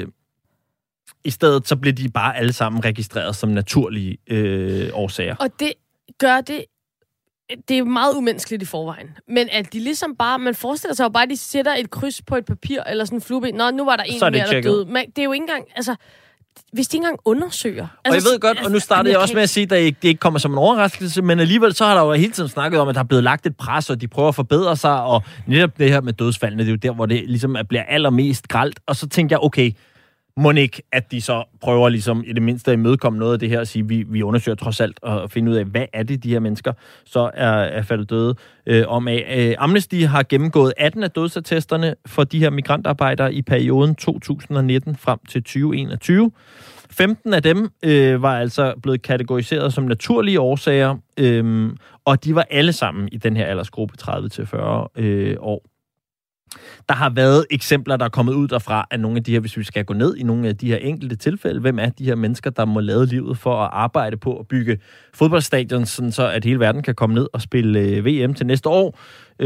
i stedet så bliver de bare alle sammen registreret som naturlige årsager. Og det gør det er meget umenneskeligt i forvejen. Men at de ligesom bare, man forestiller sig jo bare, at de sætter et kryds på et papir, eller sådan en flueben. Nå, nu var der en mere, der døde. Men det er jo ikke engang, altså, hvis de ikke engang undersøger. Og jeg ved godt, og nu startede jeg også med at sige, at det ikke kommer som en overraskelse, men alligevel så har der jo hele tiden snakket om, at der er blevet lagt et pres, og de prøver at forbedre sig, og netop det her med dødsfaldene, det er jo der, hvor det ligesom bliver allermest grelt. Og så tænkte jeg, okay, må ikke, at de så prøver ligesom i det mindste at imødekomme noget af det her og sige, vi undersøger trods alt og finde ud af, hvad er det, de her mennesker så er faldet døde om af. Amnesty har gennemgået 18 af dødsattesterne for de her migrantarbejdere i perioden 2019 frem til 2021. 15 af dem var altså blevet kategoriseret som naturlige årsager, og de var alle sammen i den her aldersgruppe 30-40 år. Der har været eksempler, der er kommet ud derfra, af nogle af de her, hvis vi skal gå ned i nogle af de her enkelte tilfælde, hvem er de her mennesker, der må lade livet for at arbejde på at bygge fodboldstadion, sådan så at hele verden kan komme ned og spille VM til næste år.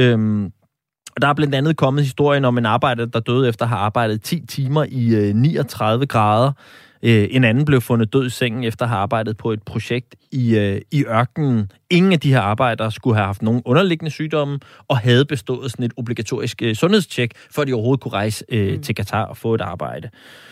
Og der er blandt andet kommet historien om en arbejder, der døde efter at have arbejdet 10 timer i 39 grader. En anden blev fundet død i sengen efter at have arbejdet på et projekt i ørkenen. Ingen af de her arbejdere skulle have haft nogen underliggende sygdomme og havde bestået sådan et obligatorisk sundhedstjek, før de overhovedet kunne rejse til Katar og få et arbejde.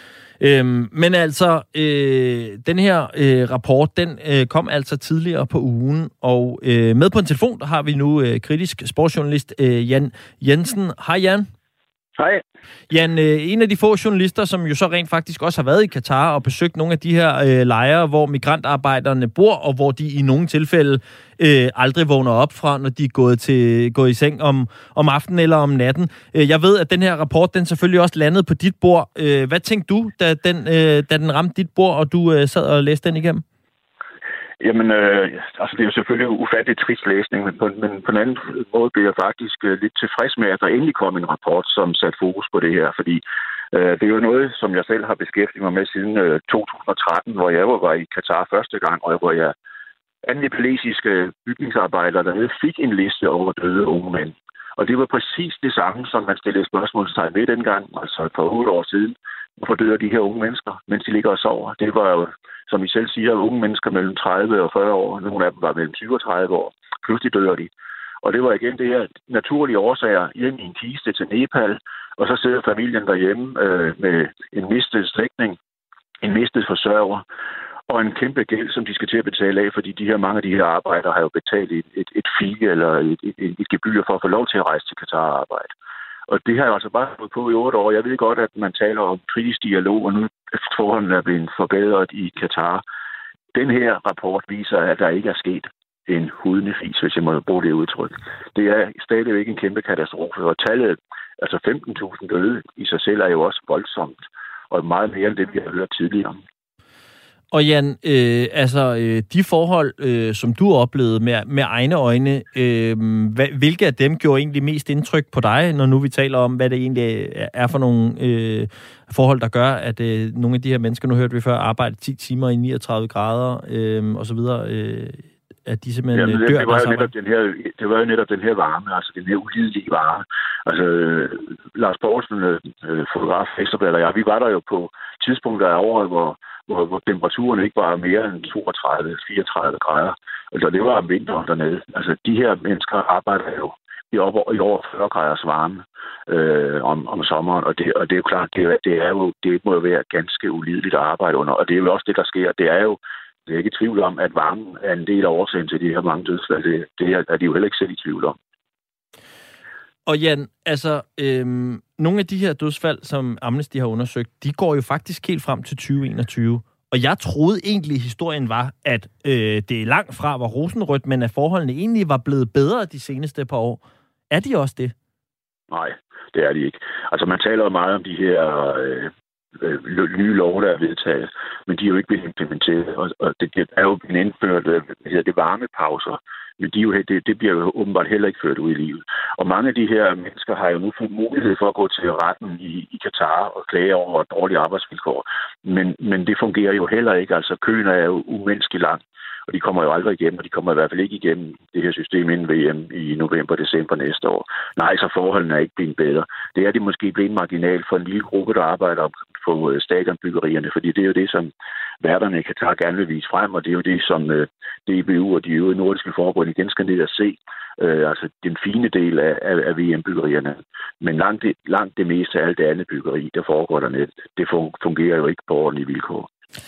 Men altså, den her rapport, den kom altså tidligere på ugen, og med på en telefon, der har vi nu kritisk sportsjournalist Jan Jensen. Hej Jan. Hej. Jan, en af de få journalister, som jo så rent faktisk også har været i Katar og besøgt nogle af de her lejre, hvor migrantarbejderne bor, og hvor de i nogle tilfælde aldrig vågner op fra, når de er gået i seng om aftenen eller om natten. Jeg ved, at den her rapport, den selvfølgelig også landede på dit bord. Hvad tænkte du, da den ramte dit bord, og du sad og læste den igennem? Jamen, altså det er jo selvfølgelig ufattelig trist læsning, men på en anden måde bliver jeg faktisk lidt tilfreds med, at der endelig kom en rapport, som satte fokus på det her, fordi det er jo noget, som jeg selv har beskæftiget mig med siden 2013, hvor jeg var i Katar første gang, og hvor jeg nepalesiske bygningsarbejdere dernede fik en liste over døde unge mænd. Og det var præcis det samme, som man stillede spørgsmålstegn ved dengang, altså for 8 år siden. Hvorfor dør de her unge mennesker, mens de ligger og sover? Det var jo, som I selv siger, unge mennesker mellem 30 og 40 år. Nogle af dem var mellem 20 og 30 år. Pludselig dør de. Og det var igen det her naturlige årsager hjem i en kiste til Nepal. Og så sidder familien derhjemme med en mistet slægtning, en mistet forsørger og en kæmpe gæld, som de skal til at betale af, fordi mange af de her arbejdere har jo betalt et fee eller et gebyr for at få lov til at rejse til Katar og arbejde. Og det har jeg altså bare stået på i 8 år. Jeg ved godt, at man taler om kritisk dialog, og nu forholdene er blevet forbedret i Katar. Den her rapport viser, at der ikke er sket en hudende fis, hvis jeg må bruge det udtryk. Det er stadigvæk en kæmpe katastrofe, og tallet, altså 15.000 døde i sig selv, er jo også voldsomt, og meget mere end det, vi har hørt tidligere. Og Jan, de forhold, som du oplevede med egne øjne, hvilke af dem gjorde egentlig mest indtryk på dig, når nu vi taler om, hvad det egentlig er for nogle forhold, der gør, at nogle af de her mennesker, nu hørte vi før, arbejder 10 timer i 39 grader og så videre, at de simpelthen dør. Det var jo netop den her varme, altså den her ulidelige varme. Altså, Lars Poulsen, fotograf, Ekstrabladet og jeg, vi var der jo på tidspunkter af året, hvor temperaturen ikke var mere end 32-34 grader. Altså, det var om vinteren dernede. Altså, de her mennesker arbejder jo i over 40 graders varme om sommeren, og det er jo klart, det må jo være ganske ulideligt at arbejde under, og det er jo også det, der sker. Det er ikke i tvivl om, at varmen er en del af årsagen til de her mange dødsfald. Det er de jo heller ikke selv i tvivl om. Og Jan, altså, nogle af de her dødsfald, som Amnesty har undersøgt, de går jo faktisk helt frem til 2021. Og jeg troede egentlig, at historien var, at det er langt fra var rosenrødt, men at forholdene egentlig var blevet bedre de seneste par år. Er de også det? Nej, det er de ikke. Altså, man taler jo meget om de her nye love, der er vedtaget, men de er jo ikke blevet implementeret, og det er jo blevet indført, det varmepauser, men det bliver jo åbenbart heller ikke ført ud i livet. Og mange af de her mennesker har jo nu fået mulighed for at gå til retten i Katar og klage over dårlige arbejdsvilkår, men det fungerer jo heller ikke, altså køen er jo umenneskelig lang. Og de kommer jo aldrig igennem, og de kommer i hvert fald ikke igennem det her system inden VM i november-december næste år. Nej, så forholdene er ikke blevet bedre. Det er de måske blevet marginalt for en lille gruppe, der arbejder på stadionbyggerierne, fordi det er jo det, som værterne i Katar gerne vil vise frem, og det er jo det, som DBU og de øvrige nordiske forbund igen skal ned og se. Altså den fine del af VM-byggerierne. Men langt det meste af alt det andet byggeri, der foregår dernede, det fungerer jo ikke på ordentlige vilkår.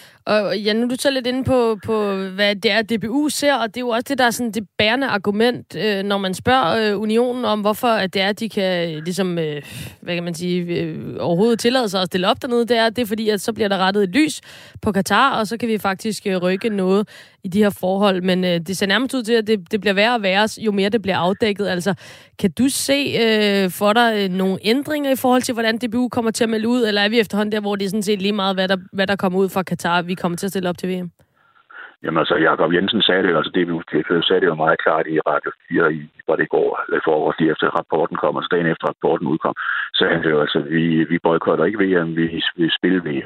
Og ja, nu er du så lidt inde på, hvad det er, DBU ser, og det er jo også det, der er sådan det bærende argument, når man spørger Unionen om, hvorfor at det er, at de kan ligesom, hvad kan man sige, overhovedet tillade sig at stille op dernede. Det er fordi, at så bliver der rettet et lys på Katar, og så kan vi faktisk rykke noget i de her forhold. Men det ser nærmest ud til, at det bliver værre og værre, jo mere det bliver afdækket. Altså, kan du se for dig nogle ændringer i forhold til, hvordan DBU kommer til at melde ud, eller er vi efterhånden der, hvor det er sådan set lige meget, hvad der kommer ud fra Katar, vi kommer til at stille op til VM? Jamen altså, Jakob Jensen sagde det jo, altså DBU sagde det jo meget klart i Radio 4, hvor det går, eller forårs lige efter rapporten kom, altså dagen efter rapporten udkom, så han det jo, altså, vi boykotter ikke VM, vi spiller VM.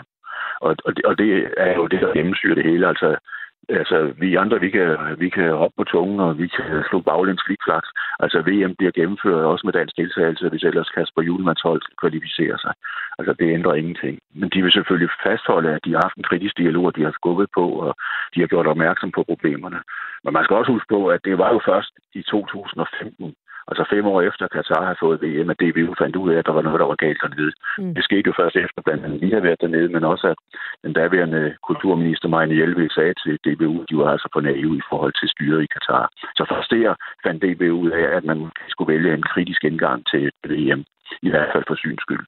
Og det er jo det, der gennemsyrer det hele, Altså, vi andre, vi kan hoppe på tungen, og vi kan slå baglæns flikflaks. Altså, VM bliver gennemført også med dansk deltagelse, hvis ellers Kasper Hjulmands hold kvalificerer sig. Altså, det ændrer ingenting. Men de vil selvfølgelig fastholde, at de har haft en kritisk dialog, de har skubbet på, og de har gjort opmærksom på problemerne. Men man skal også huske på, at det var jo først i 2015, altså 5 år efter Katar har fået VM, at DBU fandt ud af, at der var noget, der var galt dernede. Det skete jo først efter, blandt andet vi har været dernede, men også at den daværende kulturminister Marianne Jelved sagde til DBU, at de var altså for naive i forhold til styret i Katar. Så først der fandt DBU ud af, at man skulle vælge en kritisk indgang til VM, i hvert fald for syns skyld.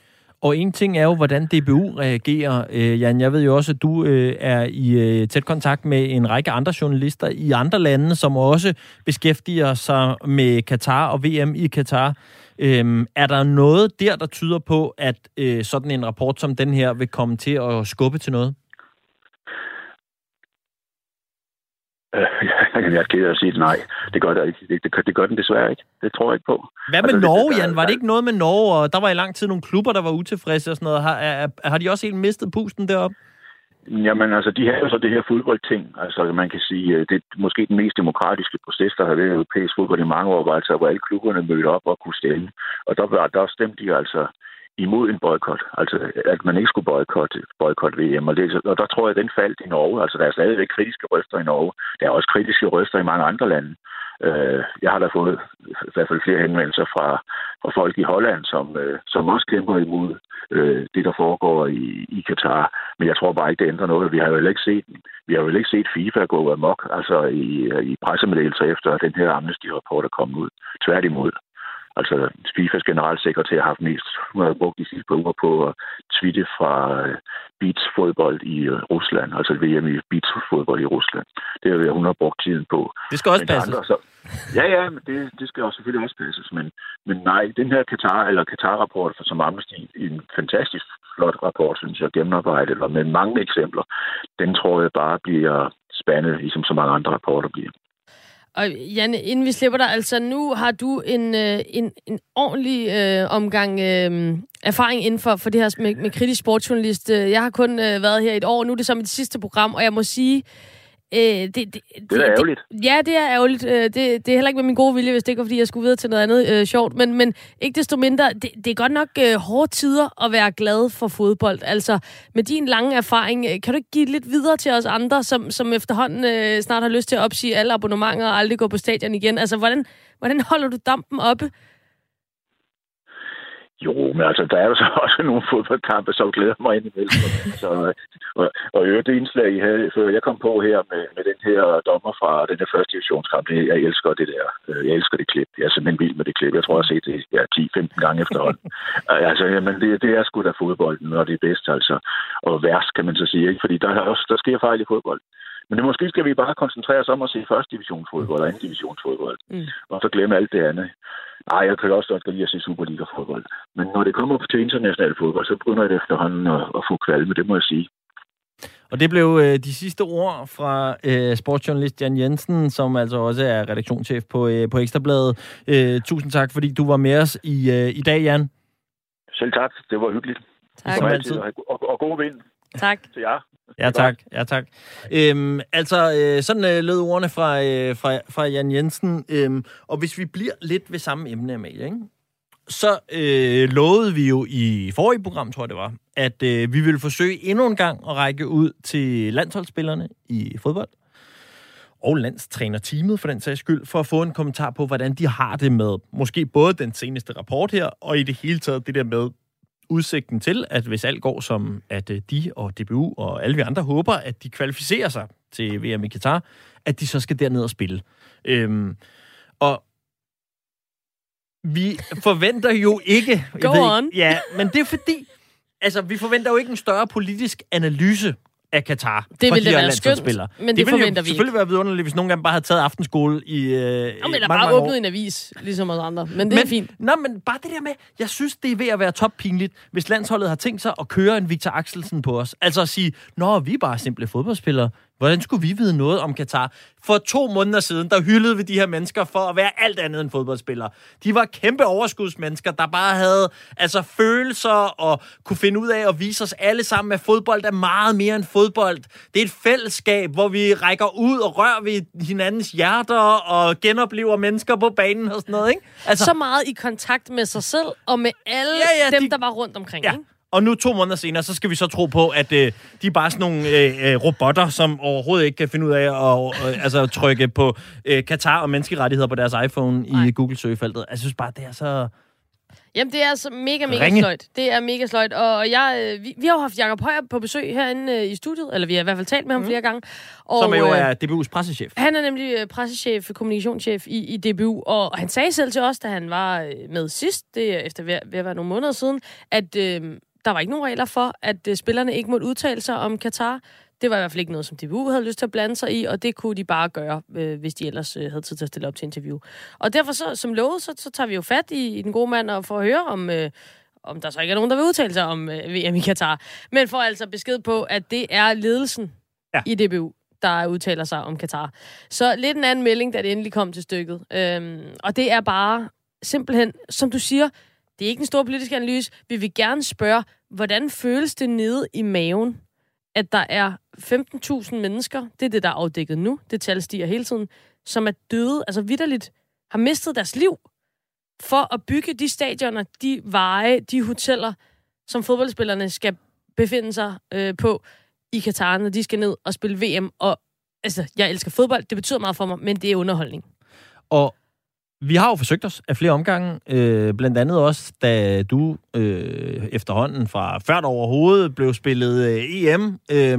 Og en ting er jo, hvordan DBU reagerer. Jan, jeg ved jo også, at du er i tæt kontakt med en række andre journalister i andre lande, som også beskæftiger sig med Katar og VM i Katar. Er der noget der tyder på, at sådan en rapport som den her vil komme til at skubbe til noget? Jeg er ked af at sige nej. Det gør det ikke. Det gør den desværre ikke. Det tror jeg ikke på. Hvad med Norge, Jan? Var det ikke noget med Norge? Og der var i lang tid nogle klubber, der var utilfredse og sådan noget. Har de også helt mistet pusten deroppe? Jamen, altså, de har jo så det her fodboldting. Altså, man kan sige, det er måske den mest demokratiske proces, der har været i europæisk fodbold i mange år, altså, hvor alle klubberne mødte op og kunne stemme. Og der stemte de altså imod en boykot, altså at man ikke skulle boykotte VM. Og der tror jeg, at den faldt i Norge. Altså, der er stadigvæk kritiske røster i Norge. Der er også kritiske røster i mange andre lande. Jeg har da fået i hvert fald flere henvendelser fra folk i Holland, som også kæmper imod det, der foregår i Katar. Men jeg tror bare ikke, det ændrer noget. Vi har jo ikke set FIFA gå amok, altså i pressemeddelelser efter, at den her Amnesty-rapport er kommet ud. Tværtimod. Altså, FIFAs generalsekretær har haft brugt de sidste par uger på at tweete fra beachfodbold i Rusland, altså VM i beachfodbold i Rusland. Det er jo, hun har brugt tiden på. Det skal også passes. Ja, men det skal også selvfølgelig også passes. Men nej, den her Katar-rapport, som Amnesty, en fantastisk flot rapport, synes jeg, gennemarbejdet, og med mange eksempler, den tror jeg bare bliver spændende, ligesom så mange andre rapporter bliver. Og Janne, inden vi slipper dig, altså nu har du en ordentlig omgang erfaring inden for det her med kritisk sportsjournalist. Jeg har kun været her et år, nu er det så mit sidste program, og jeg må sige... det er ærgerligt. Ja, det er ærgerligt. Det er heller ikke med min gode vilje, hvis det ikke var, fordi jeg skulle videre til noget andet sjovt. Men ikke desto mindre, det er godt nok hårde tider at være glad for fodbold. Altså, med din lange erfaring, kan du ikke give lidt videre til os andre, som efterhånden snart har lyst til at opsige alle abonnementer og aldrig gå på stadion igen? Altså, hvordan holder du dampen oppe? Jo, men altså, der er jo så også nogle fodboldkampe, som glæder mig ind imellem. Og det indslag, I havde, før jeg kom på her med den her dommer fra den her første divisionskamp, jeg elsker det der. Jeg elsker det klip. Jeg er simpelthen vild med det klip. Jeg tror, jeg har set det 10-15 gange efterhånden. Altså, jamen, det er sgu da fodbolden, og det er bedst, altså. Og værst, kan man så sige, ikke? Fordi der sker fejl i fodbold. Men måske skal vi bare koncentrere os om at se første divisionsfodbold og anden divisionsfodbold. Og så glemme alt det andet. Nej, jeg kan også godt lide at se Superliga-fodbold. Men når det kommer til international fodbold, så begynder det efterhånden at få kvalme, det må jeg sige. Og det blev de sidste ord fra sportsjournalist Jan Jensen, som altså også er redaktionschef på Ekstrabladet. Tusind tak, fordi du var med os i dag, Jan. Selv tak. Det var hyggeligt. Tak. Og god vind. Tak. Til jer. Ja, tak. Ja, tak. Sådan lød ordene fra Jan Jensen. Og hvis vi bliver lidt ved samme emne, Amalie, ikke? Så lovede vi jo i forrige program, tror jeg det var, at vi ville forsøge endnu en gang at række ud til landsholdsspillerne i fodbold. Og landstrænerteamet for den sags skyld, for at få en kommentar på, hvordan de har det med måske både den seneste rapport her, og i det hele taget det der med udsigten til, at hvis alt går som, at de og DBU og alle vi andre håber, at de kvalificerer sig til VM i Katar, at de så skal derned og spille. Og vi forventer jo ikke... Go on. Ja, men det er fordi, altså vi forventer jo ikke en større politisk analyse af Katar. Det ville det være skønt, men det forventer vi ikke. Det ville være vidunderligt, hvis nogen gange bare havde taget aftenskole i eller bare åbnet en avis, ligesom os andre. Men det er fint. Nå, men bare det der med, jeg synes, det er ved at være toppinligt, hvis landsholdet har tænkt sig at køre en Victor Axelsen på os. Altså at sige, nå, vi er bare simple fodboldspillere. Hvordan skulle vi vide noget om Katar? For 2 måneder siden, der hyldede vi de her mennesker for at være alt andet end fodboldspillere. De var kæmpe overskudsmennesker, der bare havde følelser og kunne finde ud af at vise os alle sammen, at fodbold er meget mere end fodbold. Det er et fællesskab, hvor vi rækker ud og rører ved hinandens hjerter og genoplever mennesker på banen og sådan noget, ikke? Altså, så meget i kontakt med sig selv og med alle dem, der var rundt omkring, ikke? Og nu 2 måneder senere, så skal vi så tro på, at de er bare sådan nogle robotter, som overhovedet ikke kan finde ud af at trykke på Katar og menneskerettigheder på deres iPhone i Google-søgefeltet. Jeg synes bare, det er så... Jamen, det er altså mega sløjt. Det er mega sløjt, og vi har jo haft Jakob Højer på besøg herinde i studiet, eller vi har i hvert fald talt med ham flere gange. Og, som jo er DBU's pressechef. Han er nemlig pressechef, kommunikationschef i DBU, og han sagde selv til os, da han var med sidst, det er efter ved at være nogle måneder siden, at der var ikke nogen regler for, at spillerne ikke måtte udtale sig om Katar. Det var i hvert fald ikke noget, som DBU havde lyst til at blande sig i, og det kunne de bare gøre, hvis de ellers havde tid til at stille op til interview. Og derfor, så, som lovet, så tager vi jo fat i den gode mand og får at høre, om der så ikke er nogen, der vil udtale sig om VM i Katar. Men får altså besked på, at det er ledelsen i DBU, der udtaler sig om Katar. Så lidt en anden melding, da det endelig kom til stykket. Og det er bare simpelthen, som du siger, det er ikke en stor politisk analyse. Vi vil gerne spørge, hvordan føles det nede i maven, at der er 15.000 mennesker, det er det, der er afdækket nu, det tal stiger hele tiden, som er døde, altså vitterligt har mistet deres liv for at bygge de stadioner, de veje, de hoteller, som fodboldspillerne skal befinde sig på i Katar, når de skal ned og spille VM. Og altså, jeg elsker fodbold, det betyder meget for mig, men det er underholdning. Og vi har jo forsøgt os af flere omgange, blandt andet også, da du efterhånden fra før overhovedet blev spillet EM,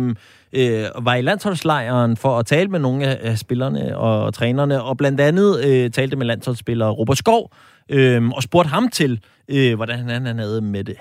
var i landsholdslejren for at tale med nogle af spillerne og trænerne, og blandt andet talte med landsholdsspiller Robert Skov, og spurgte ham til, hvordan han havde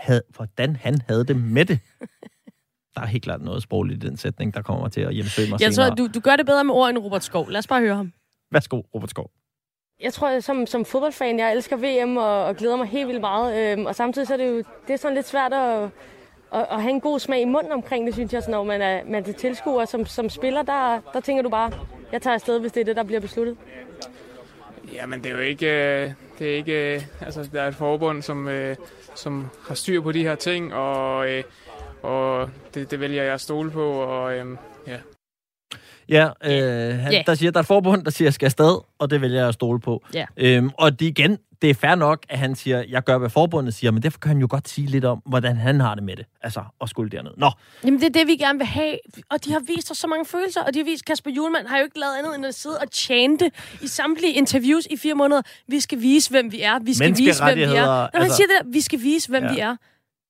det med det. Der er helt klart noget sprogligt i den sætning, der kommer til at hjemsøge mig senere. Jeg tror, du gør det bedre med ord end Robert Skov. Lad os bare høre ham. Værsgo, Robert Skov. Jeg tror, som fodboldfan, jeg elsker VM og glæder mig helt vildt meget. Og samtidig så er det er sådan lidt svært at have en god smag i munden omkring det, synes jeg. Så når man er til tilskuer som spiller, der tænker du bare, jeg tager afsted, hvis det er det, der bliver besluttet. Jamen, det er jo ikke... altså, der er et forbund, som har styr på de her ting, og det vælger jeg at stole på, og ja. Ja, der siger, der er et forbund, der siger, jeg skal afsted, og det vælger jeg at stole på. Yeah. Og det er fair nok, at han siger, jeg gør, hvad forbundet siger, men derfor kan han jo godt sige lidt om, hvordan han har det med det. Altså, at skulle derned. Nå. Jamen, det er det, vi gerne vil have. Og de har vist os så mange følelser, og de har vist, Kasper Hjulmand har jo ikke lavet andet end at sidde og chante i samtlige interviews i 4 måneder. Vi skal vise, hvem vi er. Vi skal vise, hvem vi er. Når han siger det der, vi skal vise, hvem vi er.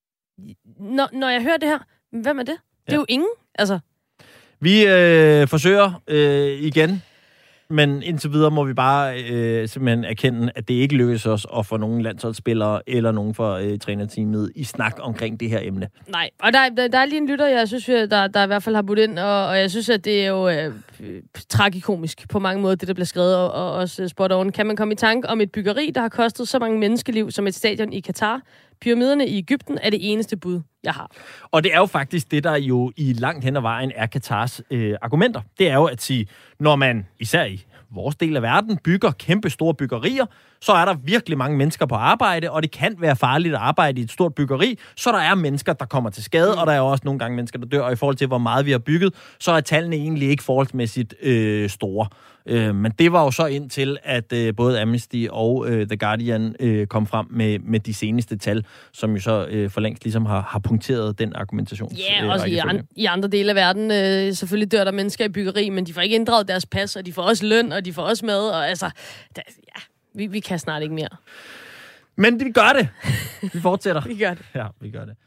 Når jeg hører det her, hvem er det? Det er jo ingen, altså. Vi forsøger igen, men indtil videre må vi bare simpelthen erkende, at det ikke lykkes os at få nogen landsholdsspillere eller nogen fra trænerteamet i snak omkring det her emne. Nej, og der er lige en lytter, jeg synes, der i hvert fald har budt ind, og jeg synes, at det er jo tragikomisk på mange måder, det der bliver skrevet, og også spot on. Kan man komme i tanke om et byggeri, der har kostet så mange menneskeliv som et stadion i Katar? Pyramiderne i Egypten er det eneste bud, jeg har. Og det er jo faktisk det, der jo i langt hen ad vejen er Katars argumenter. Det er jo at sige, når man især i vores del af verden bygger kæmpe store byggerier, så er der virkelig mange mennesker på arbejde, og det kan være farligt at arbejde i et stort byggeri, så der er mennesker, der kommer til skade, og der er også nogle gange mennesker, der dør, og i forhold til, hvor meget vi har bygget, så er tallene egentlig ikke forholdsmæssigt store. Men det var jo så indtil, at både Amnesty og The Guardian kom frem med de seneste tal, som jo så for længst ligesom har punkteret den argumentation. Ja, også i andre dele af verden. Selvfølgelig dør der mennesker i byggeri, men de får ikke inddraget deres pas, og de får også løn, og de får også mad, og altså, vi kan snart ikke mere. Men vi gør det. Vi fortsætter. Vi gør det. Ja, vi gør det.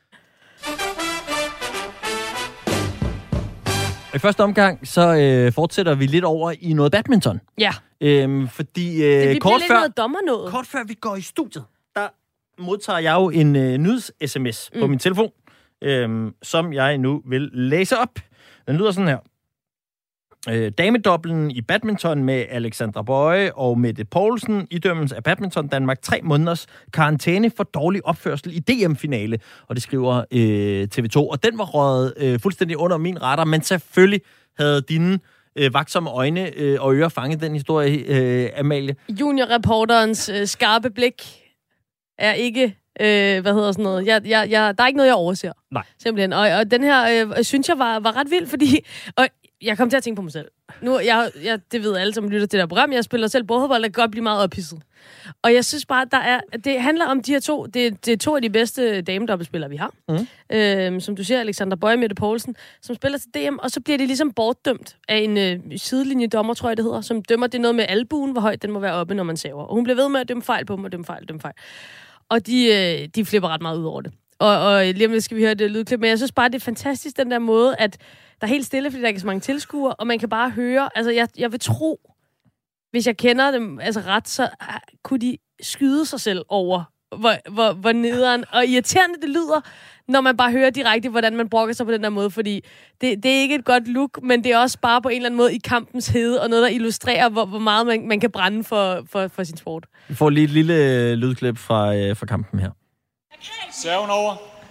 I første omgang, så fortsætter vi lidt over i noget badminton. Ja. Fordi vi kort før noget dommer kort før vi går i studiet, der modtager jeg jo en nyheds-sms på min telefon, som jeg nu vil læse op. Den lyder sådan her. Damedoublen i badminton med Alexandra Bøje og Mette Poulsen idømmes af Badminton Danmark 3 måneders karantæne for dårlig opførsel i DM-finale, og det skriver TV2. Og den var røget fuldstændig under min radar, men selvfølgelig havde dine vagtsomme øjne og ører fanget den historie, Amalie. Juniorreporterens skarpe blik er ikke... hvad hedder sådan noget? Der er ikke noget, jeg overser. Nej. Simpelthen. Og den her, synes jeg, var ret vild, fordi... Og jeg kom til at tænke på mig selv. Nu, det ved alle, som lytter til det her program. Jeg spiller selv bordfodbold, der kan godt blive meget ophidset. Og jeg synes bare, det handler om de her to. Det er to af de bedste damedobbeltspillere, vi har. Som du siger, Alexandra Bøje og Mette Poulsen, som spiller til DM, og så bliver de ligesom bortdømt af en sidelinjedommer, tror jeg det hedder, som dømmer det noget med albuen, hvor højt den må være oppe, når man saver. Og hun bliver ved med at dømme fejl på dem, og dømme fejl. Og de flipper ret meget ud over det. Og lige om lidt skal vi høre det lydklip, men jeg synes bare, det er fantastisk, den der måde, at der er helt stille, fordi der er ikke så mange tilskuere, og man kan bare høre, altså jeg vil tro, hvis jeg kender dem altså ret, så kunne de skyde sig selv over, hvor nederen og irriterende det lyder, når man bare hører direkte, hvordan man brokker sig på den der måde, fordi det er ikke et godt look, men det er også bare på en eller anden måde i kampens hede, og noget, der illustrerer, hvor meget man kan brænde for sin sport. Vi får lige et lille lydklip fra kampen her. Serven over.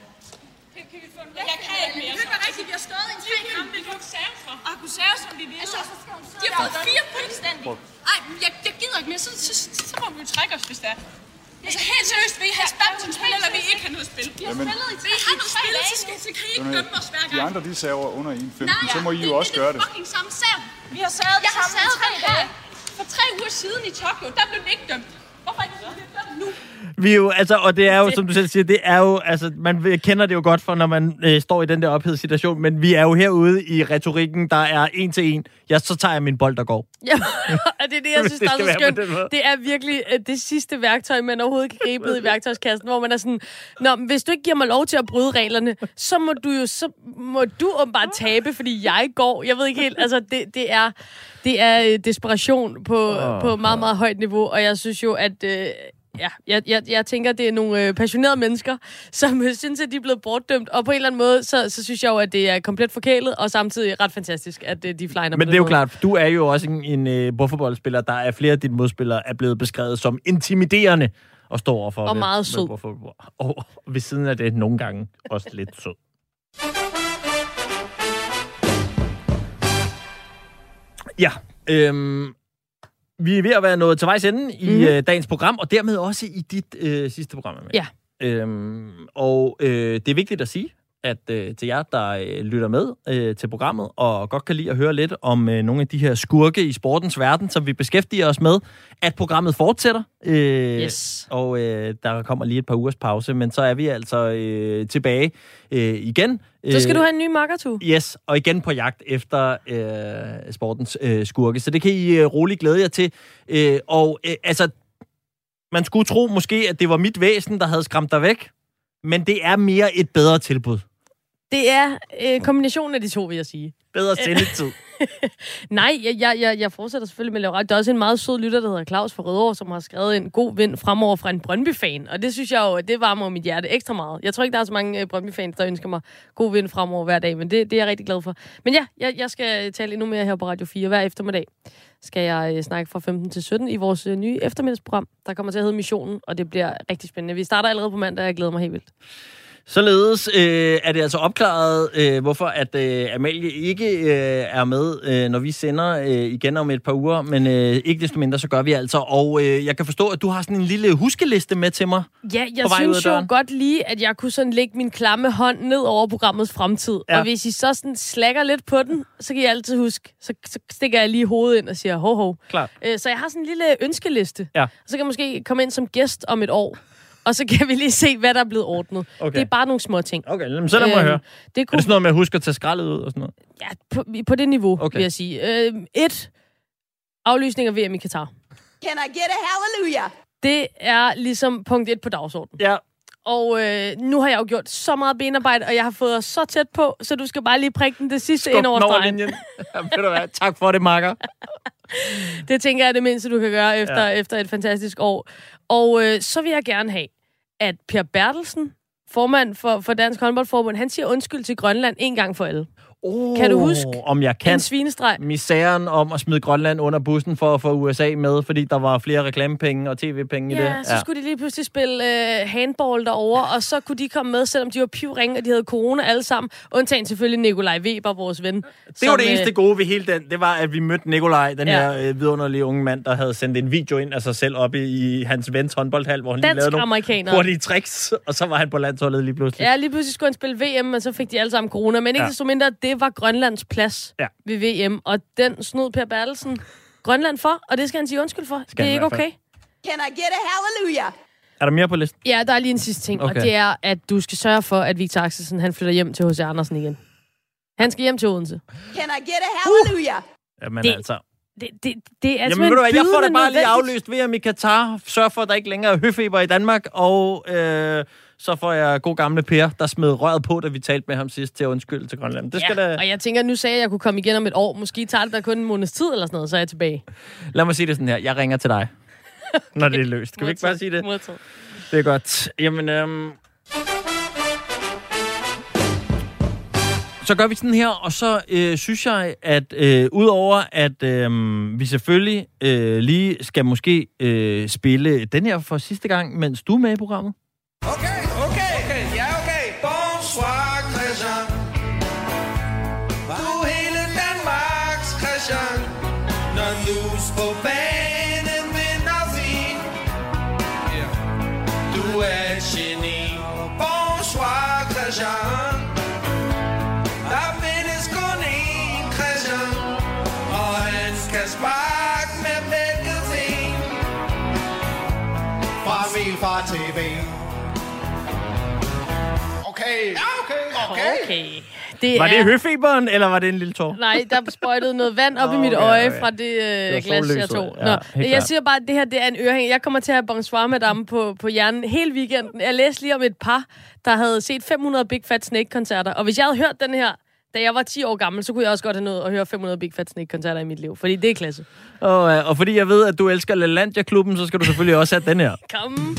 Jeg kan ikke mere. Det er rigtigt, vi har stået i 3 kampe. Vi kan ikke serve for. Og kunne serve, som vi vil. Altså, de har fået 4 fuldstændig. Ej, jeg gider ikke mere. Så må vi jo trække os, hvis det er. Altså, helt seriøst, vil I have badmintonspil, eller vil I ikke have noget spil? Vi har spillet i 3 kampe. Vil I have noget spil, så kan I ikke dømme os hver gang. De andre, de server under 1,15, så må I jo også gøre det. Nej, det er fucking samme serv. Vi har servet det samme i 3 dage. For 3 uger siden i Tokyo, der blev den ikke dømt. Hvorfor ikke dømt nu? Vi jo, altså, og det er jo, som du selv siger, det er jo, altså, man kender det jo godt for, når man står i den der ophedede situation, men vi er jo herude i retorikken, der er 1 til 1. Ja, så tager jeg min bold, der går. Ja, og det er det, jeg synes, det er så skønt. Det er virkelig det sidste værktøj, man overhovedet kan gribe ud i værktøjskassen, hvor man er sådan, hvis du ikke giver mig lov til at bryde reglerne, så må du åbenbart tabe, fordi jeg går. Jeg ved ikke helt, altså, det er desperation på meget, meget højt niveau, og jeg synes jo, at jeg tænker, det er nogle passionerede mennesker, som synes, at de er blevet bortdømt, og på en eller anden måde, så synes jeg jo, at det er komplet forkælet, og samtidig ret fantastisk, at de flyner. Men det er jo klart, du er jo også en bordfodboldspiller, der er flere af dine modspillere er blevet beskrevet som intimiderende at stå overfor. Og meget sød. Og ved siden af det nogle gange også lidt sød. Ja, vi er ved at være nået til vejs ende i dagens program, og dermed også i dit sidste program. Ja. Og det er vigtigt at sige, at til jer, der lytter med til programmet, og godt kan lide at høre lidt om nogle af de her skurke i sportens verden, som vi beskæftiger os med, at programmet fortsætter. Yes. Og der kommer lige et par ugers pause, men så er vi altså tilbage igen. Så skal du have en ny makkertur. Yes, og igen på jagt efter sportens skurke. Så det kan I roligt glæde jer til. Altså, man skulle tro måske, at det var mit væsen, der havde skræmt dig væk, men det er mere et bedre tilbud. Det er kombinationen af de to, vil jeg sige. Bedre sendetid. Nej, jeg fortsætter selvfølgelig med at lave ret. Der er også en meget sød lytter, der hedder Claus fra Rødovre, som har skrevet en god vind fremover fra en Brøndby-fan. Og det synes jeg jo, det varmer mit hjerte ekstra meget. Jeg tror ikke, der er så mange Brøndby-fans, der ønsker mig god vind fremover hver dag, men det er jeg rigtig glad for. Men ja, jeg skal tale endnu mere her på Radio 4 hver eftermiddag. Skal jeg snakke fra 15 til 17 i vores nye eftermiddagsprogram, der kommer til at hedde Missionen, og det bliver rigtig spændende. Vi starter allerede på mandag, og jeg glæder mig helt vildt. Således er det altså opklaret, hvorfor at Amalie ikke er med, når vi sender igen om et par uger, men ikke desto mindre, så gør vi altså. Og jeg kan forstå, at du har sådan en lille huskeliste med til mig. Ja, jeg synes jo godt lige, at jeg kunne sådan lægge min klamme hånd ned over programmets fremtid. Ja. Og hvis I så sådan slækker lidt på den, så kan I altid huske, så stikker jeg lige hovedet ind og siger ho. Klart. Så jeg har sådan en lille ønskeliste. Ja. Så kan jeg måske komme ind som gæst om et år. Og så kan vi lige se, hvad der er blevet ordnet. Okay. Det er bare nogle små ting. Okay, så lad mig høre. Er det sådan noget med at huske at tage skraldet ud og sådan noget? Ja, på det niveau, vil jeg sige. 1. Aflysning af VM i Katar. Can I get a hallelujah? Det er ligesom punkt 1 på dagsordenen. Ja. Og nu har jeg jo gjort så meget benarbejde, og jeg har fået os så tæt på, så du skal bare lige prikke den det sidste ind over stregen. Ja, ved du hvad? Tak for det, makker. Det tænker jeg er det mindste, du kan gøre efter et fantastisk år. Og så vil jeg gerne have, at Per Bertelsen, formand for Dansk Håndboldforbund, han siger undskyld til Grønland en gang for alle. Kan du huske om jeg kan en svinestreg? Misæren om at smide Grønland under bussen for at få USA med, fordi der var flere reklamepenge og tv-penge i det. Ja, så skulle de lige pludselig spille handball derovre, og så kunne de komme med, selvom de var pivringe, og de havde corona alle sammen. Undtagen selvfølgelig Nikolaj Weber, vores ven. Det var det eneste gode ved hele den. Det var, at vi mødte Nikolaj, den her vidunderlige unge mand, der havde sendt en video ind af sig selv op i hans vens håndboldhal, hvor han lige lavede nogle hurtige tricks, og så var han på landsholdet lige pludselig. Ja, lige pludselig skulle han spille VM, og så fik de alle sammen corona. Men ikke desto mindre, det var Grønlands plads ved VM, og den snod Per Bertelsen Grønland for, og det skal han sige undskyld for. Det er ikke okay. Can I get a hallelujah? Er der mere på listen? Ja, der er lige en sidste ting, og det er, at du skal sørge for, at Victor Axelsen, han flytter hjem til H.C. Andersen igen. Han skal hjem til Odense. Can I get a hallelujah? Jamen altså... Det er jamen ved du hvad, jeg får det bare lige aflyst VM i Katar. Sørg for, at der ikke længere er høfeber i Danmark, og så får jeg god gamle Per, der smed røret på, da vi talte med ham sidst, til at undskylde til Grønland. Det skal og jeg tænker, nu sagde jeg, at jeg kunne komme igen om et år. Måske tager det der kun en måneds tid eller sådan noget, så er jeg tilbage. Lad mig sige det sådan her. Jeg ringer til dig, når det er løst. Kan vi ikke bare sige det? Det er godt. Jamen, så gør vi sådan her, og så synes jeg, at udover at vi selvfølgelig lige skal måske spille den her for sidste gang, mens du er med i programmet. Okay. Bonsoir, Christian. Du er hele Danmarks Christian. Når lus på banen vinder fint. Du er et geni. Bonsoir, Christian. Der findes kun én Christian, og han skal sparke med begge ben. Fra Vil fra TV. Okay. Var det høfeberen, eller var det en lille tår? Nej, der sprøjtede noget vand op i mit øje fra det glas, jeg tog. Jeg siger bare, at det her det er en ørehæng. Jeg kommer til at have bonsoir madame på hjernen hele weekenden. Jeg læste lige om et par, der havde set 500 Big Fat Snake-koncerter. Og hvis jeg havde hørt den her, da jeg var 10 år gammel, så kunne jeg også godt have nået at høre 500 Big Fat Snake-koncerter i mit liv. Fordi det er klasse. Og fordi jeg ved, at du elsker LaLandia-klubben, så skal du selvfølgelig også have den her. Kom.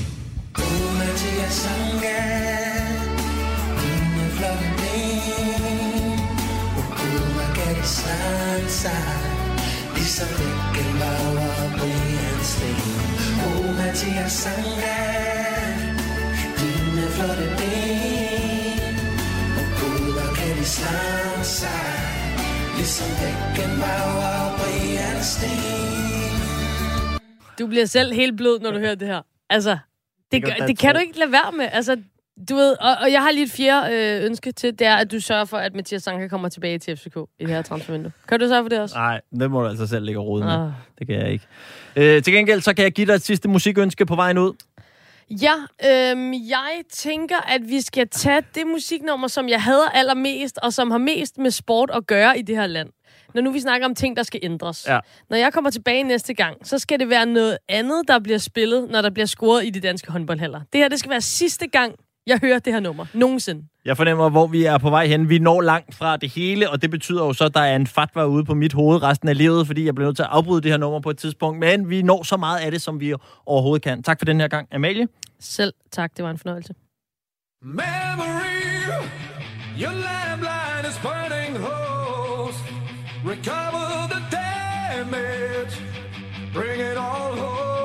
Ligesom ikke laver Brian Sten. Mathias Sanger, dine flotte ben. Og Gud, hvor kan de slå sig. Ligesom ikke laver Brian Sten. Du bliver selv helt blød, når du hører det her. Altså, det kan du ikke lade være med. Altså, du ved, og jeg har lige et fjerde ønske til, det er, at du sørger for, at Mathias Sanka kommer tilbage til FCK i det her transfervindue. Kan du sørge for det også? Nej, det må du altså selv ligge og rode med. Det kan jeg ikke. Til gengæld, så kan jeg give dig et sidste musikønske på vejen ud. Ja, jeg tænker, at vi skal tage det musiknummer, som jeg hader allermest, og som har mest med sport at gøre i det her land. Når nu vi snakker om ting, der skal ændres. Ja. Når jeg kommer tilbage næste gang, så skal det være noget andet, der bliver spillet, når der bliver scoret i de danske håndboldhaller. Det her, det skal være sidste gang, jeg hører det her nummer. Nogensinde. Jeg fornemmer, hvor vi er på vej hen. Vi når langt fra det hele, og det betyder jo så, at der er en fatwa ude på mit hoved resten af livet, fordi jeg bliver nødt til at afbryde det her nummer på et tidspunkt. Men vi når så meget af det, som vi overhovedet kan. Tak for den her gang, Amalie. Selv tak, det var en fornøjelse. Memory, your landline is burning holes. Recover the damage, bring it all home.